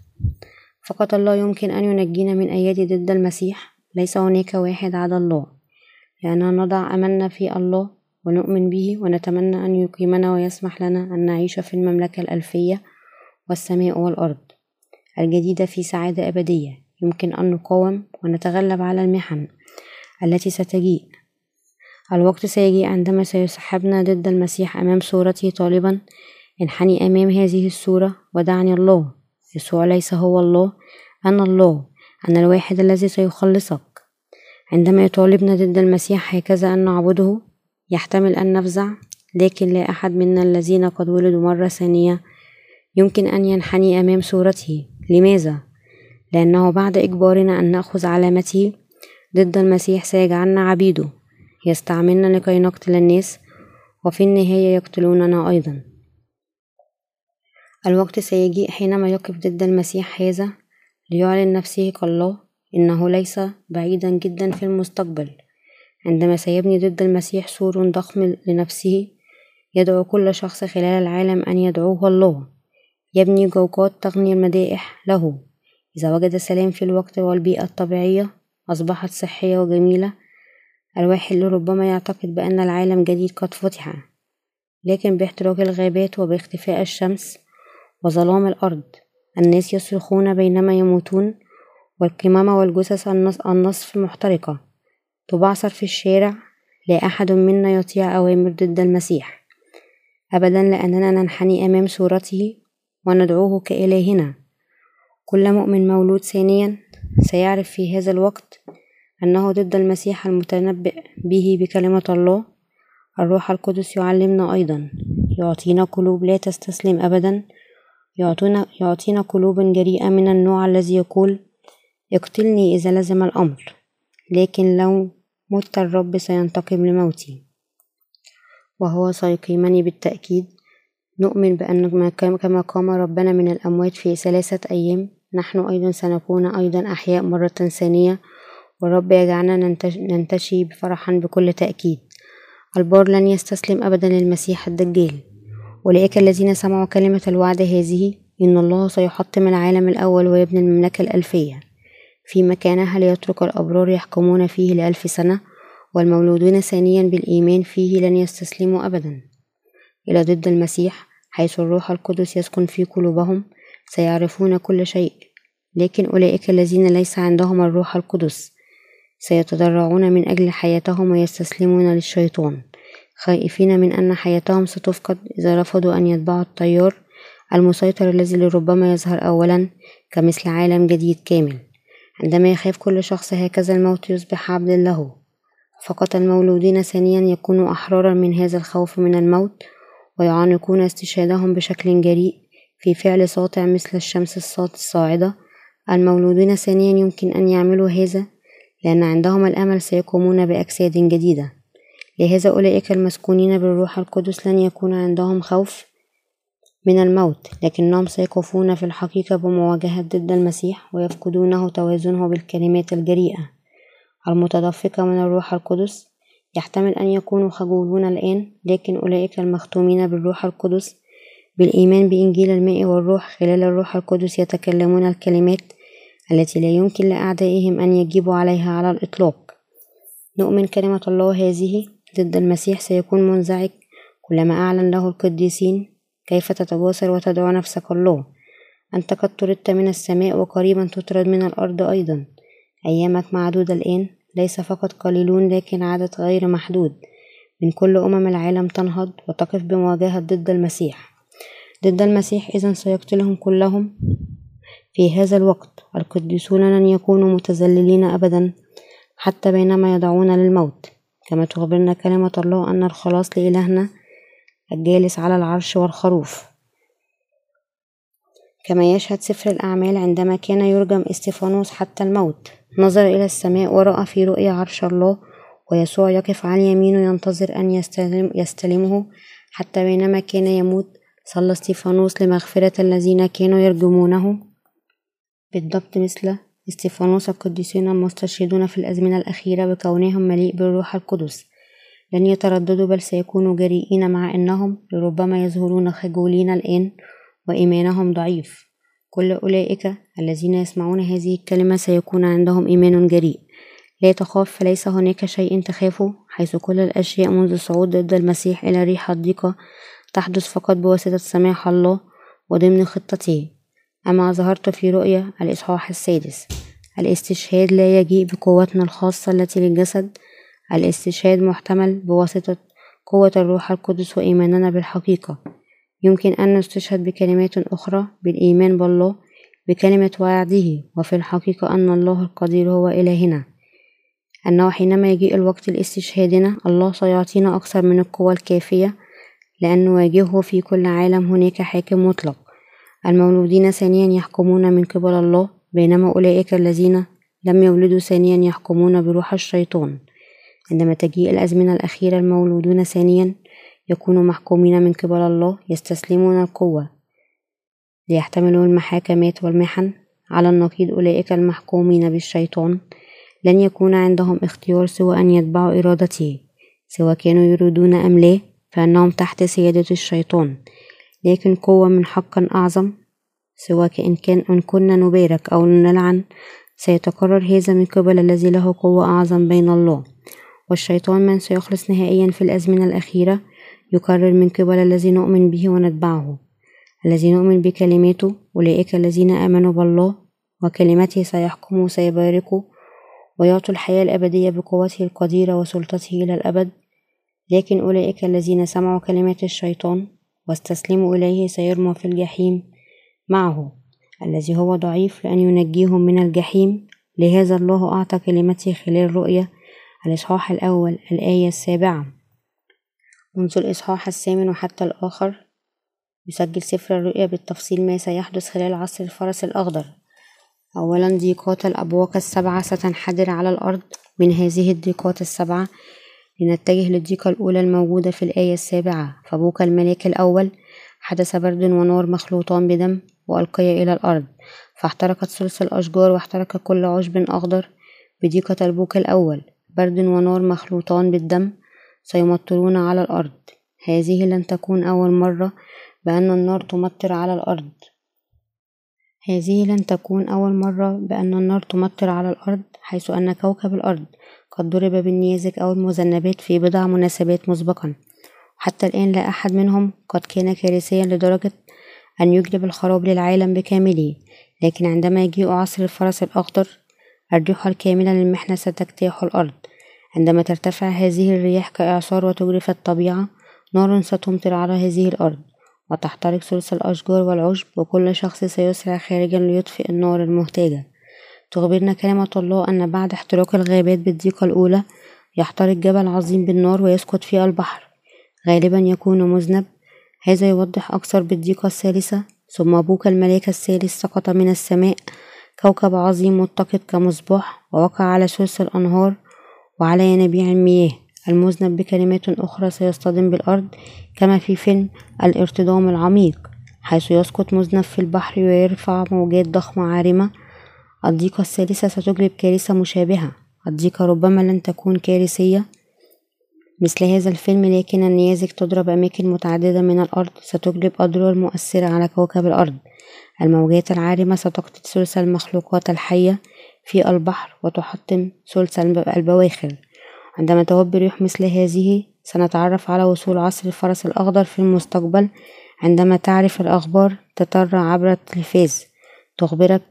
فقط الله يمكن أن ينجينا من أيدي ضد المسيح. ليس هناك واحد عدا الله، لأننا نضع أملنا في الله ونؤمن به، ونتمنى أن يقيمنا ويسمح لنا أن نعيش في المملكة الألفية والسماء والأرض الجديدة في سعادة أبدية. يمكن أن نقاوم ونتغلب على المحن التي ستجيء. الوقت سيجيء عندما سيسحبنا ضد المسيح أمام صورته طالبا: انحني أمام هذه الصورة ودعني الله. يسوع ليس هو الله، أنا الله، أنا الواحد الذي سيخلصك. عندما يطالبنا ضد المسيح هكذا أن نعبده يحتمل أن نفزع، لكن لا أحد منا الذين قد ولدوا مرة ثانية يمكن أن ينحني أمام صورته. لماذا؟ لأنه بعد إجبارنا أن نأخذ علامته ضد المسيح سيجعلنا عبيده، يستعملنا لكي نقتل الناس، وفي النهاية يقتلوننا أيضا. الوقت سيجيء حينما يقف ضد المسيح هذا ليعلن نفسه كالله. إنه ليس بعيدا جدا في المستقبل، عندما سيبني ضد المسيح سور ضخم لنفسه يدعو كل شخص خلال العالم أن يدعوه الله. يبني جوقات تغني المدائح له. إذا وجد سلام في الوقت والبيئة الطبيعية أصبحت صحية وجميلة، الواحد لربما يعتقد بأن العالم جديد قد فتح، لكن باحتراق الغابات وباختفاء الشمس وظلام الأرض الناس يصرخون بينما يموتون، والقمامة والجثث النصف محترقة تبعثر في الشارع. لا أحد منا يطيع أوامر ضد المسيح أبدا، لأننا ننحني أمام صورته وندعوه كإلهنا. كل مؤمن مولود ثانيا سيعرف في هذا الوقت أنه ضد المسيح المتنبئ به بكلمة الله. الروح القدس يعلمنا أيضا، يعطينا قلوب لا تستسلم أبدا، يعطينا, يعطينا قلوب جريئة من النوع الذي يقول اقتلني إذا لزم الأمر، لكن لو مت الرب سينتقم لموتي. وهو سيقيمني بالتأكيد. نؤمن بأن كما قام ربنا من الأموات في ثلاثة أيام، نحن أيضا سنكون أيضا أحياء مرة ثانية، والرب يجعلنا ننتشي بفرحا بكل تأكيد. البار لن يستسلم أبدا للمسيح الدجال. أولئك الذين سمعوا كلمة الوعد هذه، إن الله سيحطم العالم الأول ويبني المملكة الألفية في مكانها، ليترك الأبرار يحكمون فيه لألف سنة، والمولودون ثانيا بالإيمان فيه لن يستسلموا أبدا إلى ضد المسيح. حيث الروح القدس يسكن في قلوبهم سيعرفون كل شيء، لكن أولئك الذين ليس عندهم الروح القدس سيتضرعون من أجل حياتهم ويستسلمون للشيطان، خائفين من أن حياتهم ستفقد إذا رفضوا أن يتبعوا التيار المسيطر الذي لربما يظهر أولا كمثل عالم جديد كامل. عندما يخاف كل شخص هكذا الموت يصبح عبد له. فقط المولودين ثانيا يكونوا أحرارا من هذا الخوف من الموت، ويعانقون استشهادهم بشكل جريء في فعل ساطع مثل الشمس الصاعدة. المولودين ثانيا يمكن أن يعملوا هذا لأن عندهم الأمل، سيقومون بأجساد جديدة. لهذا أولئك المسكونين بالروح القدس لن يكون عندهم خوف من الموت، لكنهم سيقفون في الحقيقة بمواجهة ضد المسيح ويفقدونه توازنه بالكلمات الجريئة المتدفقة من الروح القدس. يحتمل أن يكونوا خجولون الآن، لكن أولئك المختومين بالروح القدس بالإيمان بإنجيل الماء والروح خلال الروح القدس يتكلمون الكلمات التي لا يمكن لأعدائهم أن يجيبوا عليها على الإطلاق. نؤمن كلمة الله هذه ضد المسيح سيكون منزعج كلما أعلن له القديسين كيف تتجاسر وتدعو نفسك الله. أنت قد طردت من السماء وقريبا تطرد من الأرض أيضا. أيامك معدودة الآن، ليس فقط قليلون لكن عدد غير محدود من كل أمم العالم تنهض وتقف بمواجهة ضد المسيح. ضد المسيح إذن سيقتلهم كلهم في هذا الوقت. القديسون لن يكونوا متذللين أبدا حتى بينما يدعون للموت، كما تخبرنا كلمة الله أن الخلاص لإلهنا الجالس على العرش والخروف. كما يشهد سفر الأعمال عندما كان يرجم استفانوس حتى الموت، نظر إلى السماء ورأى في رؤيا عرش الله ويسوع يقف عن يمينه ينتظر أن يستلم يستلمه. حتى بينما كان يموت صلى استفانوس لمغفرة الذين كانوا يرجمونه بالضبط مثل استفانوس. القديسين المستشهدون في الأزمنة الأخيرة بكونهم مليء بالروح القدس لن يترددوا، بل سيكونوا جريئين مع أنهم لربما يظهرون خجولين الآن وإيمانهم ضعيف. كل أولئك الذين يسمعون هذه الكلمة سيكون عندهم إيمان جريء. لا تخاف، فليس هناك شيء تخافه، حيث كل الأشياء منذ الصعود ضد المسيح إلى ريح الضيقة تحدث فقط بواسطة سماح الله وضمن خطته. أما ظهرت في رؤيا الإصحاح السادس، الاستشهاد لا يجيء بقوتنا الخاصة التي للجسد. الاستشهاد محتمل بواسطة قوة الروح القدس وإيماننا بالحقيقة. يمكن أن نستشهد بكلمات أخرى بالإيمان بالله بكلمة وعده، وفي الحقيقة أن الله القدير هو إلهنا، أنه حينما يجيء الوقت لاستشهادنا الله سيعطينا أكثر من القوة الكافية لأن نواجهه في كل عالم. هناك حاكم مطلق. المولودين ثانيا يحكمون من قبل الله، بينما أولئك الذين لم يولدوا ثانيا يحكمون بروح الشيطان. عندما تجيء الأزمنة الأخيرة المولودون ثانيا يكونوا محكومين من قبل الله، يستسلمون القوة ليحتملوا المحاكمات والمحن على النقيض. أولئك المحكومين بالشيطان لن يكون عندهم اختيار سوى أن يتبعوا إرادته، سواء كانوا يريدون أم لا، فإنهم تحت سيادة الشيطان. لكن قوة من حق أعظم، سواء إن كان إن كنا نبارك أو نلعن، سيتقرر هذا من قبل الذي له قوة أعظم بين الله والشيطان من سيخلص نهائيا في الأزمنة الأخيرة يكرر من قبل الذي نؤمن به ونتبعه، الذي نؤمن بكلماته، أولئك الذين آمنوا بالله وكلمته سيحكموا وسيباركوا ويعطوا الحياة الأبدية بقوته القديرة وسلطته إلى الأبد. لكن أولئك الذين سمعوا كلمات الشيطان واستسلموا إليه سيرموا في الجحيم معه، الذي هو ضعيف لأن ينجيهم من الجحيم. لهذا الله أعطى كلمته خلال رؤيا الإصحاح الأول الآية السابعة. منذ الإصحاح الثامن وحتى الآخر يسجل سفر الرؤيا بالتفصيل ما سيحدث خلال عصر الفرس الأخضر. أولا، ضيقات الأبواق السبعة ستنحدر على الأرض. من هذه الضيقات السبعة لنتجه للضيقة الأولى الموجودة في الآية السابعة. فبوك الملاك الأول حدث برد ونار مخلوطان بدم وألقي إلى الأرض، فاحترقت ثلث الأشجار واحترق كل عشب أخضر. بضيقة البوك الأول برد ونار مخلوطان بالدم سيمطرون على الأرض. هذه لن تكون أول مرة بأن النار تمطر على الأرض. هذه لن تكون أول مرة بأن النار تمطر على الأرض، حيث أن كوكب الأرض قد ضرب بالنيازك أو المذنبات في بضع مناسبات مسبقا، حتى الآن لا أحد منهم قد كان كارثيا لدرجة أن يجلب الخراب للعالم بكامله. لكن عندما يجيء عصر الفرس الأخضر الريح الكاملة للمحنة ستجتاح الأرض. عندما ترتفع هذه الرياح كإعصار وتجرف الطبيعة، نار ستمطر على هذه الأرض وتحترق ثلث الأشجار والعشب، وكل شخص سيسرع خارجا ليطفئ النار المهتاجة. تخبرنا كلمة الله أن بعد احتراق الغابات بالضيقة الأولى يحترق جبل عظيم بالنار ويسقط فيه البحر، غالبا يكون مذنب. هذا يوضح أكثر بالضيقة الثالثة. ثم بوك الملاك الثالث سقط من السماء كوكب عظيم متقد كمصباح، ووقع على ثلث الأنهار وعلى ينابيع المياه. المذنب بكلمات أخرى سيصطدم بالأرض كما في فيلم الارتدام العميق، حيث يسقط مذنب في البحر ويرفع موجات ضخمة عارمة. الضيقة الثالثة ستجلب كارثة مشابهة. الضيقة ربما لن تكون كارثية مثل هذا الفيلم، لكن النيازك تضرب أماكن متعددة من الأرض ستجلب أضرار مؤثرة على كوكب الأرض. الموجات العارمة ستقتل ثلث المخلوقات الحية في البحر وتحطم ثلث البواخر. عندما تهب ريح مثل هذه سنتعرف على وصول عصر الفرس الأخضر في المستقبل. عندما تعرف الأخبار تترى عبر التلفاز تخبرك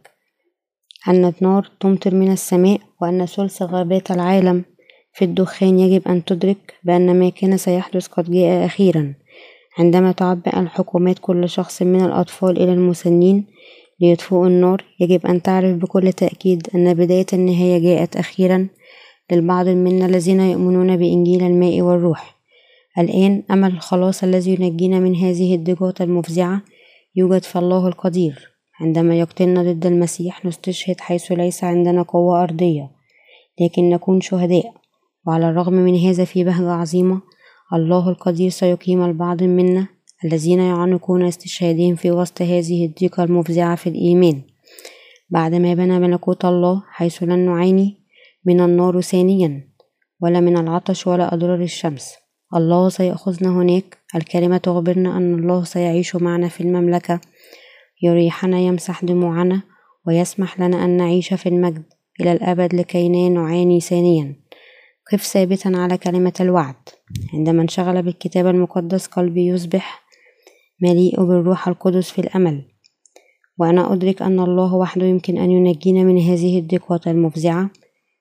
أن النار تمطر من السماء وأن ثلث غابات العالم في الدخان، يجب أن تدرك بأن ما كان سيحدث قد جاء أخيرا. عندما تعبئ الحكومات كل شخص من الأطفال إلى المسنين ليطفئوا النار، يجب أن تعرف بكل تأكيد أن بداية النهاية جاءت أخيرا للبعض منا الذين يؤمنون بإنجيل الماء والروح. الآن أمل الخلاص الذي ينجينا من هذه الضيقات المفزعة يوجد في الله القدير. عندما يقتلنا ضد المسيح نستشهد حيث ليس عندنا قوة أرضية، لكن نكون شهداء. وعلى الرغم من هذا في بهجة عظيمة الله القدير سيقيم البعض منا الذين يعانقون استشهادهم في وسط هذه الضيقة المفزعة في الإيمان، بعدما بنى ملكوت الله، حيث لن نعاني من النار ثانيا ولا من العطش ولا أضرار الشمس. الله سيأخذنا هناك. الكلمة تخبرنا أن الله سيعيش معنا في المملكة، يريحنا، يمسح دموعنا، ويسمح لنا أن نعيش في المجد إلى الأبد لكي لا نعاني ثانيا. قف ثابتا على كلمة الوعد. عندما انشغل بالكتاب المقدس قلبي يصبح مليء بالروح القدس في الأمل، وأنا أدرك أن الله وحده يمكن أن ينجينا من هذه الضيقات المفزعة.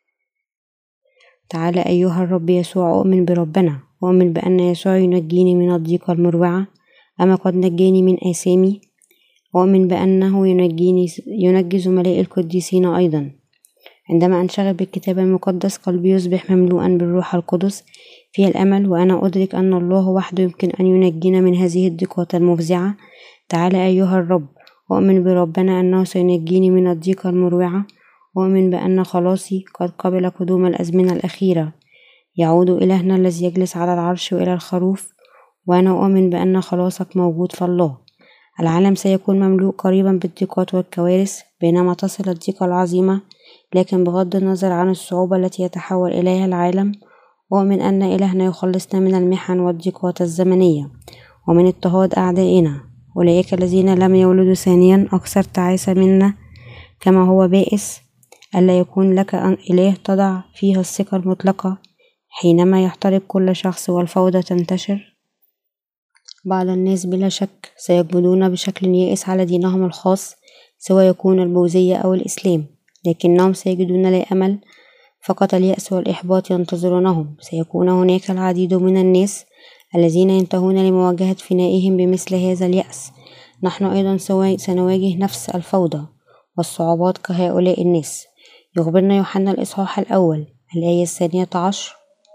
تعالى أيها الرب يسوع، أؤمن بربنا، أؤمن بأن يسوع ينجيني من الضيقة المروعة. أما قد نجاني من آثامي، أؤمن بأنه ينجيني ينجي زملاء القديسين أيضا. عندما أنشغل بالكتاب المقدس قلبي يصبح مملوءا بالروح القدس في الأمل، وأنا أدرك أن الله وحده يمكن أن ينجينا من هذه الضيقات المفزعة. تعالى أيها الرب، أؤمن بربنا أنه سينجيني من الضيقة المروعة. أؤمن بأن خلاصي قد قبل قدوم الأزمنة الأخيرة. يعود إلهنا الذي يجلس على العرش وإلى الخروف، وأنا أؤمن بأن خلاصك موجود في الله. العالم سيكون مملوء قريبا بالضيقات والكوارث بينما تصل الضيقة العظيمة، لكن بغض النظر عن الصعوبة التي يتحول إليها العالم، أؤمن أن إلهنا يخلصنا من المحن والضيقات الزمنية ومن اضطهاد أعدائنا. أولئك الذين لم يولدوا ثانيا أكثر تعاسة منا، كما هو بائس ألا يكون لك أن إله تضع فيها الثقة المطلقة حينما يحترق كل شخص والفوضى تنتشر، بعض الناس بلا شك سيقبلون بشكل يائس على دينهم الخاص، سواء يكون البوذية أو الإسلام، لكنهم سيجدون لا أمل، فقط اليأس والإحباط ينتظرونهم. سيكون هناك العديد من الناس الذين ينتهون لمواجهة فنائهم بمثل هذا اليأس. نحن أيضا سنواجه نفس الفوضى والصعوبات كهؤلاء الناس. يخبرنا يوحنا الإصحاح الأول الآية الثانية عشر: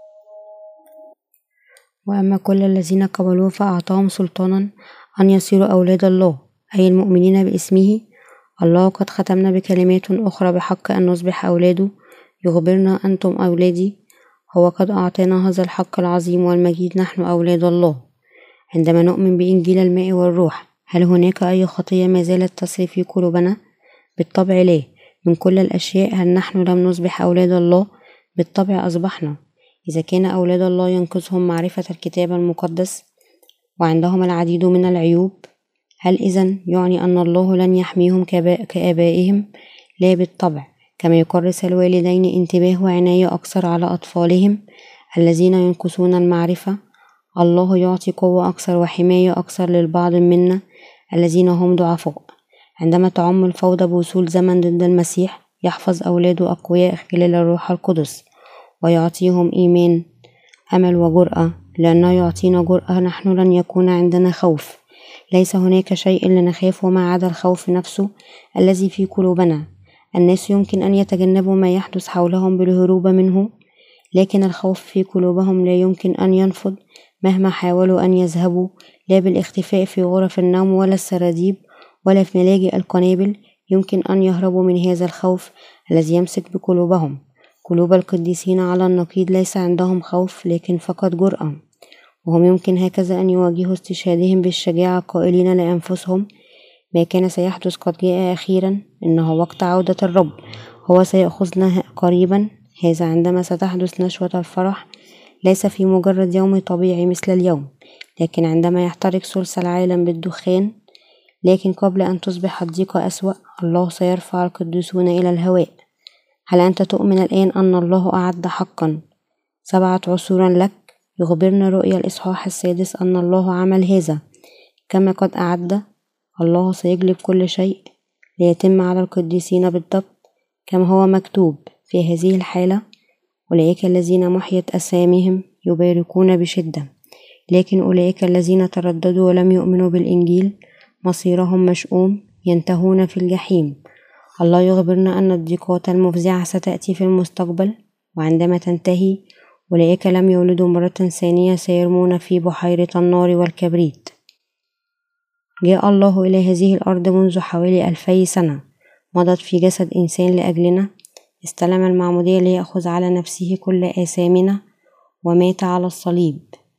وأما كل الذين قبلوه فأعطاهم سلطانا أن يصيروا أولاد الله، أي المؤمنين باسمه. الله قد ختمنا بكلمات أخرى بحق أن نصبح أولاده. يخبرنا: أنتم أولادي. هو قد أعطانا هذا الحق العظيم والمجيد، نحن أولاد الله عندما نؤمن بإنجيل الماء والروح. هل هناك أي خطية ما زالت تسري في قلوبنا؟ بالطبع لا. من كل الأشياء، هل نحن لم نصبح أولاد الله؟ بالطبع أصبحنا. إذا كان أولاد الله ينقذهم معرفة الكتاب المقدس وعندهم العديد من العيوب، هل إذن يعني أن الله لن يحميهم كآبائهم؟ لا بالطبع. كما يكرس الوالدين انتباه وعناية أكثر على أطفالهم الذين ينقصون المعرفة، الله يعطي قوة أكثر وحماية أكثر للبعض منا الذين هم ضعفاء. عندما تعم الفوضى بوصول زمن ضد المسيح، يحفظ أولاده أقوياء خلال الروح القدس ويعطيهم إيمان، أمل وجرأة. لأنه يعطينا جرأة، نحن لن يكون عندنا خوف. ليس هناك شيء لنخافه ما عدا الخوف نفسه الذي في قلوبنا. الناس يمكن أن يتجنبوا ما يحدث حولهم بالهروب منه، لكن الخوف في قلوبهم لا يمكن أن ينفذ مهما حاولوا أن يذهبوا، لا بالاختفاء في غرف النوم ولا السراديب ولا في ملاجئ القنابل يمكن أن يهربوا من هذا الخوف الذي يمسك بقلوبهم. قلوب القديسين على النقيض ليس عندهم خوف، لكن فقط جرأة، وهم يمكن هكذا أن يواجهوا استشهادهم بالشجاعة قائلين لأنفسهم: ما كان سيحدث قد جاء أخيرا، إنه وقت عودة الرب، هو سيأخذنا قريبا. هذا عندما ستحدث نشوة الفرح، ليس في مجرد يوم طبيعي مثل اليوم، لكن عندما يحترق ثلث العالم بالدخان. لكن قبل أن تصبح الضيقة أسوأ، الله سيرفع القديسون إلى الهواء. هل أنت تؤمن الآن أن الله أعد حقا سبعة عصورا لك؟ يخبرنا رؤيا الإصحاح السادس أن الله عمل هذا كما قد أعد. الله سيجلب كل شيء ليتم على القديسين بالضبط كما هو مكتوب. في هذه الحالة، أولئك الذين محيت أساميهم يباركون بشدة، لكن أولئك الذين ترددوا ولم يؤمنوا بالإنجيل مصيرهم مشؤوم، ينتهون في الجحيم. الله يخبرنا أن الضيقات المفزعة ستأتي في المستقبل، وعندما تنتهي أولئك لم يولدوا مرة ثانية سيرمون في بحيرة النار والكبريت. جاء الله إلى هذه الأرض منذ حوالي ألفي سنة، مضت في جسد إنسان لأجلنا، استلم المعمودية ليأخذ على نفسه كل آثامنا، ومات على الصليب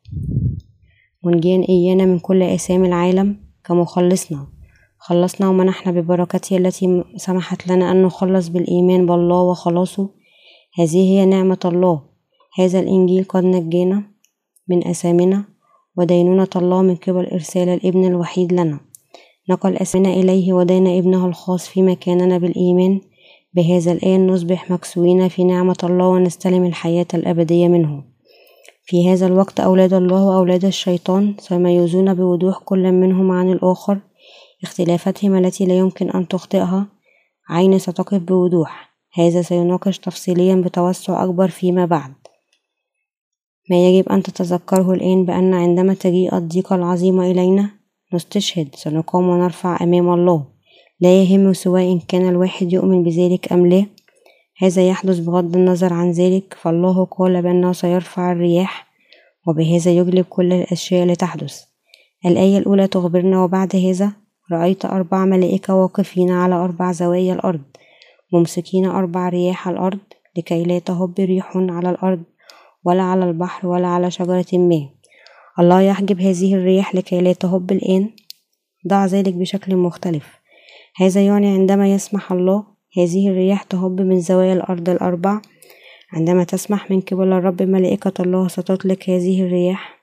منجيا إيانا من كل آثام العالم كمخلصنا. خلصنا ومنحنا ببركته التي سمحت لنا أن نخلص بالإيمان بالله وخلاصه. هذه هي نعمة الله. هذا الإنجيل قد نجينا من آثامنا ودينونة الله من قبل إرسال الابن الوحيد لنا، نقل آثامنا إليه ودين ابنه الخاص في مكاننا بالإيمان. بهذا الآن نصبح مكسوين في نعمة الله ونستلم الحياة الأبدية منه. في هذا الوقت أولاد الله وأولاد الشيطان سيميزون بوضوح كل منهم عن الآخر. اختلافاتهم التي لا يمكن أن تخطئها عين ستقف بوضوح. هذا سيناقش تفصيليا بتوسع أكبر فيما بعد. ما يجب أن تتذكره الآن بأن عندما تجيء الضيقة العظيمة إلينا نستشهد، سنقوم ونرفع أمام الله، لا يهم سواء كان الواحد يؤمن بذلك أم لا. هذا يحدث بغض النظر عن ذلك، فالله قال بأنه سيرفع الرياح، وبهذا يجلب كل الأشياء لتحدث. الآية الأولى تخبرنا: وبعد هذا رأيت أربع ملائكة واقفين على أربع زوايا الأرض، ممسكين أربع رياح الأرض، لكي لا تهب ريح على الأرض ولا على البحر ولا على شجرة ما. الله يحجب هذه الرياح لكي لا تهب الآن. ضع ذلك بشكل مختلف. هذا يعني عندما يسمح الله هذه الرياح تهب من زوايا الأرض الأربع. عندما تسمح من قبل الرب ملائكة الله ستطلق هذه الرياح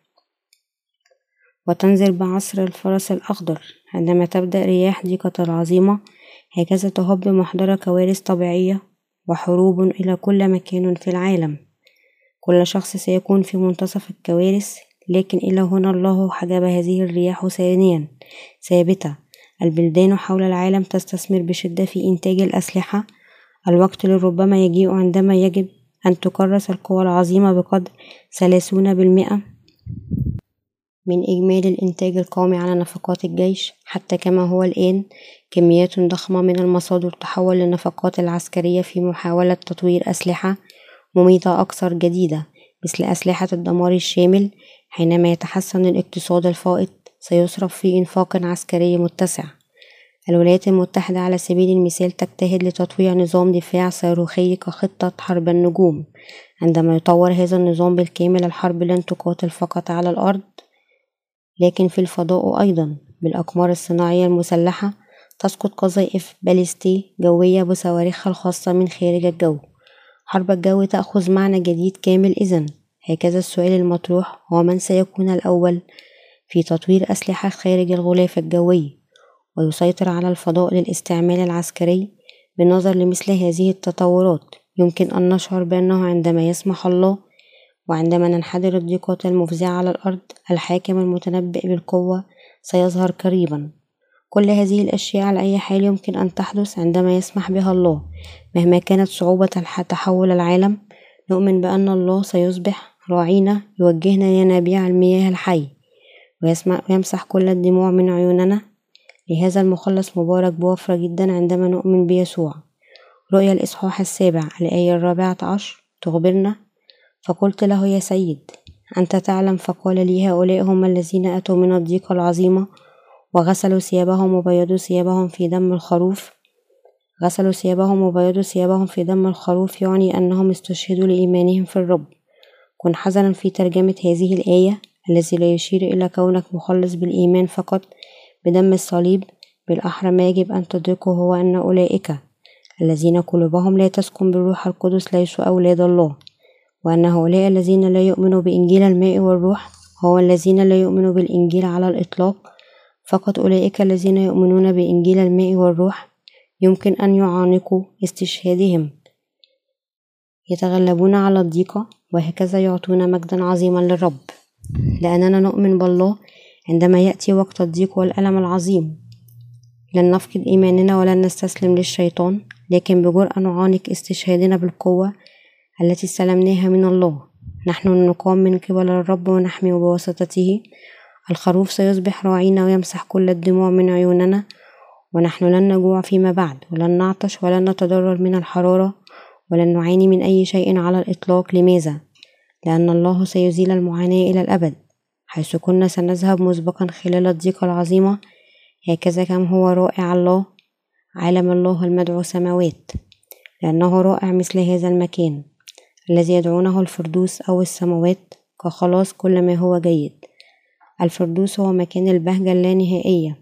وتنزل بعصر الفرس الأخضر. عندما تبدأ رياح ضيقة العظيمة، هكذا تهب محضرة كوارث طبيعية وحروب إلى كل مكان في العالم. كل شخص سيكون في منتصف الكوارث، لكن إلى هنا الله حجب هذه الرياح ثانيا ثابتة. البلدان حول العالم تستثمر بشدة في إنتاج الأسلحة. الوقت لربما يجيء عندما يجب أن تكرس القوى العظيمة بقدر ثلاثين بالمئة من إجمالي الإنتاج القومي على نفقات الجيش. حتى كما هو الآن كميات ضخمة من المصادر تحول للنفقات العسكرية في محاولة تطوير أسلحة مميتة أكثر جديدة، مثل أسلحة الدمار الشامل. حينما يتحسن الاقتصاد الفائض سيصرف في إنفاق عسكري متسع. الولايات المتحدة على سبيل المثال تجتهد لتطوير نظام دفاع صاروخي كخطة حرب النجوم. عندما يطور هذا النظام بالكامل، الحرب لن تقاتل فقط على الأرض لكن في الفضاء أيضا. بالأقمار الصناعية المسلحة تسقط قذائف باليستي جوية بصواريخها الخاصة من خارج الجو. حرب الجو تأخذ معنى جديد كامل. إذن هكذا السؤال المطروح هو: من سيكون الأول في تطوير أسلحة خارج الغلاف الجوي ويسيطر على الفضاء للاستعمال العسكري؟ بالنظر لمثل هذه التطورات يمكن أن نشعر بأنه عندما يسمح الله وعندما ننحدر الضيقات المفزعة على الأرض، الحاكم المتنبئ بالقوة سيظهر قريبا. كل هذه الأشياء على أي حال يمكن أن تحدث عندما يسمح بها الله. مهما كانت صعوبة تحول العالم، نؤمن بأن الله سيصبح راعينا، يوجهنا لينابيع المياه الحي ويمسح كل الدموع من عيوننا. لهذا المخلص مبارك بوفرة جدا عندما نؤمن بيسوع. رؤيا الإصحاح السابع الآية الرابعة عشر تخبرنا: فقلت له: يا سيد، أنت تعلم. فقال لي: هؤلاء هم الذين أتوا من الضيقة العظيمة وغسلوا ثيابهم وبيضوا ثيابهم في دم الخروف. غسلوا ثيابهم وبيضوا ثيابهم في دم الخروف يعني أنهم استشهدوا لإيمانهم في الرب. كن حذرا في ترجمة هذه الآية، الذي لا يشير إلى كونك مخلص بالإيمان فقط بدم الصليب. بالأحرى ما يجب أن تدركه هو أن أولئك الذين قلوبهم لا تسكن بالروح القدس ليسوا أولاد الله، وأن هؤلاء الذين لا يؤمنوا بإنجيل الماء والروح هو الذين لا يؤمنوا بالإنجيل على الإطلاق. فقط أولئك الذين يؤمنون بإنجيل الماء والروح يمكن أن يعانقوا استشهادهم، يتغلبون على الضيقة، وهكذا يعطون مجدا عظيما للرب. لأننا نؤمن بالله عندما يأتي وقت الضيق والألم العظيم لن نفقد إيماننا ولن نستسلم للشيطان، لكن بجرأة نعانق استشهادنا بالقوة التي استلمناها من الله. نحن نقام من قبل الرب ونحمي بواسطته. الخروف سيصبح راعينا ويمسح كل الدموع من عيوننا، ونحن لن نجوع فيما بعد، ولن نعطش، ولن نتضرر من الحرارة، ولن نعاني من أي شيء على الإطلاق. لماذا؟ لأن الله سيزيل المعاناة إلى الأبد. حيث كنا سنذهب مسبقا خلال الضيقة العظيمة، هكذا كم هو رائع الله، عالم الله المدعو سماوات، لأنه رائع مثل هذا المكان الذي يدعونه الفردوس أو السماوات كخلاص كل ما هو جيد. الفردوس هو مكان البهجة اللانهائية.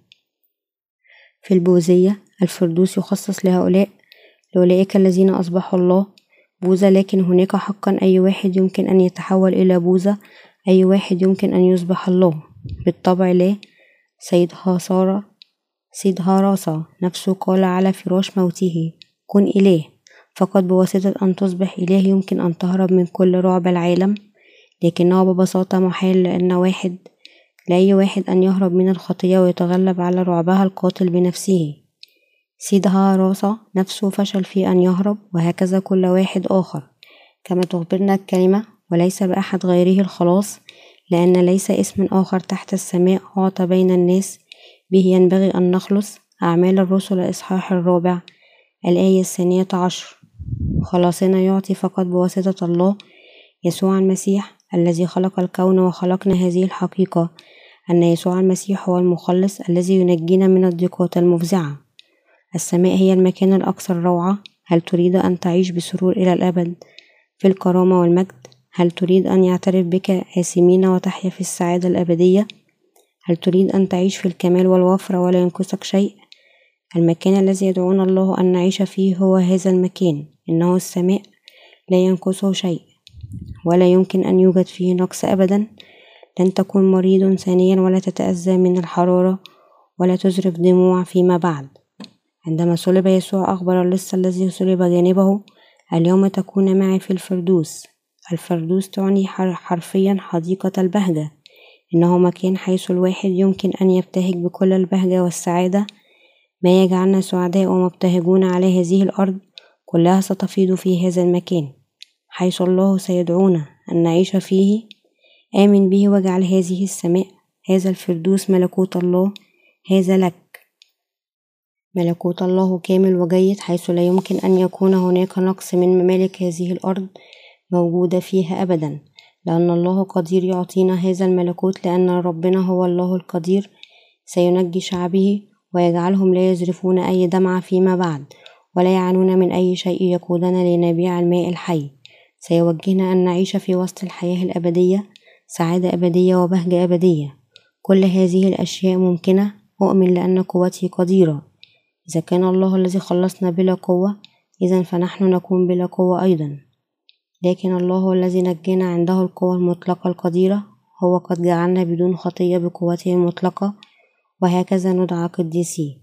في البوذية الفردوس يخصص لهؤلاء لأولئك الذين أصبحوا الله بوذا، لكن هناك حقا أي واحد يمكن أن يتحول إلى بوذا، أي واحد يمكن أن يصبح الله. بالطبع لا. سيد هاسارة سيد هاراسة نفسه قال على فراش موته: كن إله. فقط بواسطة أن تصبح إله يمكن أن تهرب من كل رعب العالم، لكنه ببساطة محال لأن واحد لأي واحد أن يهرب من الخطية ويتغلب على رعبها القاتل بنفسه. سيد هاراسة نفسه فشل في أن يهرب، وهكذا كل واحد آخر. كما تخبرنا الكلمة: وليس بأحد غيره الخلاص، لأن ليس اسم آخر تحت السماء أعطى بين الناس به ينبغي أن نخلص. أعمال الرسل الإصحاح الرابع الآية الثانية عشر. خلاصنا يعطي فقط بواسطة الله يسوع المسيح الذي خلق الكون، وخلقنا هذه الحقيقة أن يسوع المسيح هو المخلص الذي ينجينا من الضيقات المفزعة. السماء هي المكان الأكثر روعة. هل تريد أن تعيش بسرور إلى الأبد في الكرامة والمجد؟ هل تريد أن يعترف بك آثمين وتحيا في السعادة الأبدية؟ هل تريد أن تعيش في الكمال والوفرة ولا ينقصك شيء؟ المكان الذي يدعونا الله أن نعيش فيه هو هذا المكان، إنه السماء، لا ينقصه شيء ولا يمكن أن يوجد فيه نقص أبدا. لن تكون مريض ثانيا ولا تتأذى من الحرارة ولا تزرف دموع فيما بعد. عندما صلب يسوع أخبر اللص الذي صلب جانبه: اليوم تكون معي في الفردوس. الفردوس تعني حرفيا حديقة البهجة، إنه مكان حيث الواحد يمكن أن يبتهج بكل البهجة والسعادة. ما يجعلنا سعداء ومبتهجون على هذه الأرض كلها ستفيض في هذا المكان، حيث الله سيدعونا أن نعيش فيه. آمن به واجعل هذه السماء، هذا الفردوس ملكوت الله، هذا لك. ملكوت الله كامل وجيد، حيث لا يمكن أن يكون هناك نقص من ممالك هذه الأرض موجودة فيها أبدا، لأن الله قدير يعطينا هذا الملكوت، لأن ربنا هو الله القدير سينجي شعبه ويجعلهم لا يزرفون أي دمعة فيما بعد، ولا يعانون من أي شيء يقودنا لينابيع الماء الحي. سيوجهنا أن نعيش في وسط الحياة الأبدية، سعادة أبدية وبهجة أبدية. كل هذه الأشياء ممكنة، أؤمن لأن قوتي قديرة. إذا كان الله الذي خلصنا بلا قوة، إذن فنحن نكون بلا قوة أيضا، لكن الله الذي نجينا عنده القوة المطلقة القديرة، هو قد جعلنا بدون خطية بقوته المطلقة، وهكذا ندعى قديسي.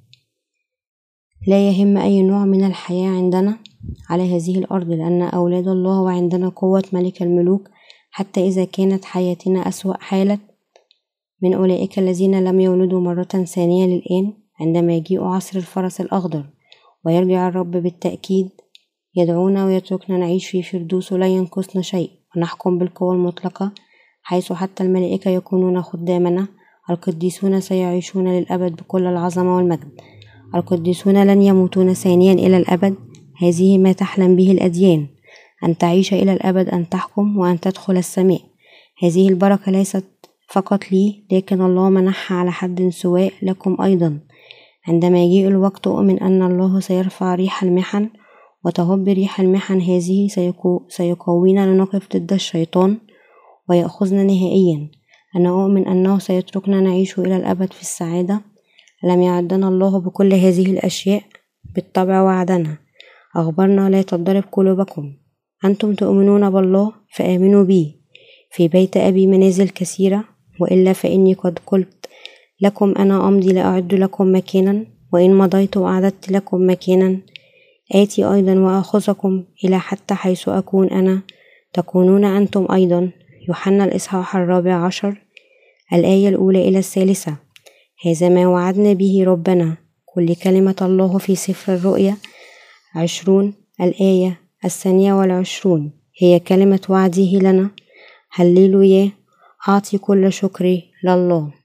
لا يهم أي نوع من الحياة عندنا على هذه الأرض، لأن أولاد الله وعندنا قوة ملك الملوك، حتى إذا كانت حياتنا أسوأ حالة من أولئك الذين لم يولدوا مرة ثانية للآن. عندما يجيء عصر الفرس الأخضر ويرجع الرب بالتأكيد يدعونا ويتركنا نعيش في فردوس لا ينقصنا شيء، ونحكم بالقوة المطلقة، حيث حتى الملائكة يكونون خدامنا. القديسون سيعيشون للأبد بكل العظمة والمجد. القديسون لن يموتون ثانيا إلى الأبد. هذه ما تحلم به الأديان، أن تعيش إلى الأبد، أن تحكم وأن تدخل السماء. هذه البركة ليست فقط لي، لكن الله منحها على حد سواء لكم أيضا. عندما يجيء الوقت أؤمن أن الله سيرفع ريح المحن، وتهب ريح المحن هذه سيقوينا لنقف ضد الشيطان ويأخذنا نهائيا. أنا أؤمن أنه سيتركنا نعيش إلى الأبد في السعادة. لم يعدنا الله بكل هذه الأشياء؟ بالطبع وعدنا، أخبرنا لا تضرب قلوبكم. أنتم تؤمنون بالله فآمنوا بي. في بيت أبي منازل كثيرة، وإلا فإني قد قلت لكم أنا أمضي لأعد لكم مكانا، وإن مضيت وأعددت لكم مكانا آتي أيضا وأخذكم إلى حتى حيث أكون أنا تكونون أنتم أيضا. يوحنا الإصحاح الرابع عشر الآية الأولى إلى الثالثة. هذا ما وعدنا به ربنا. كل كلمة الله في سفر الرؤيا عشرون الآية الثانية والعشرون هي كلمة وعده لنا. هللويا، أعطي كل شكري لله.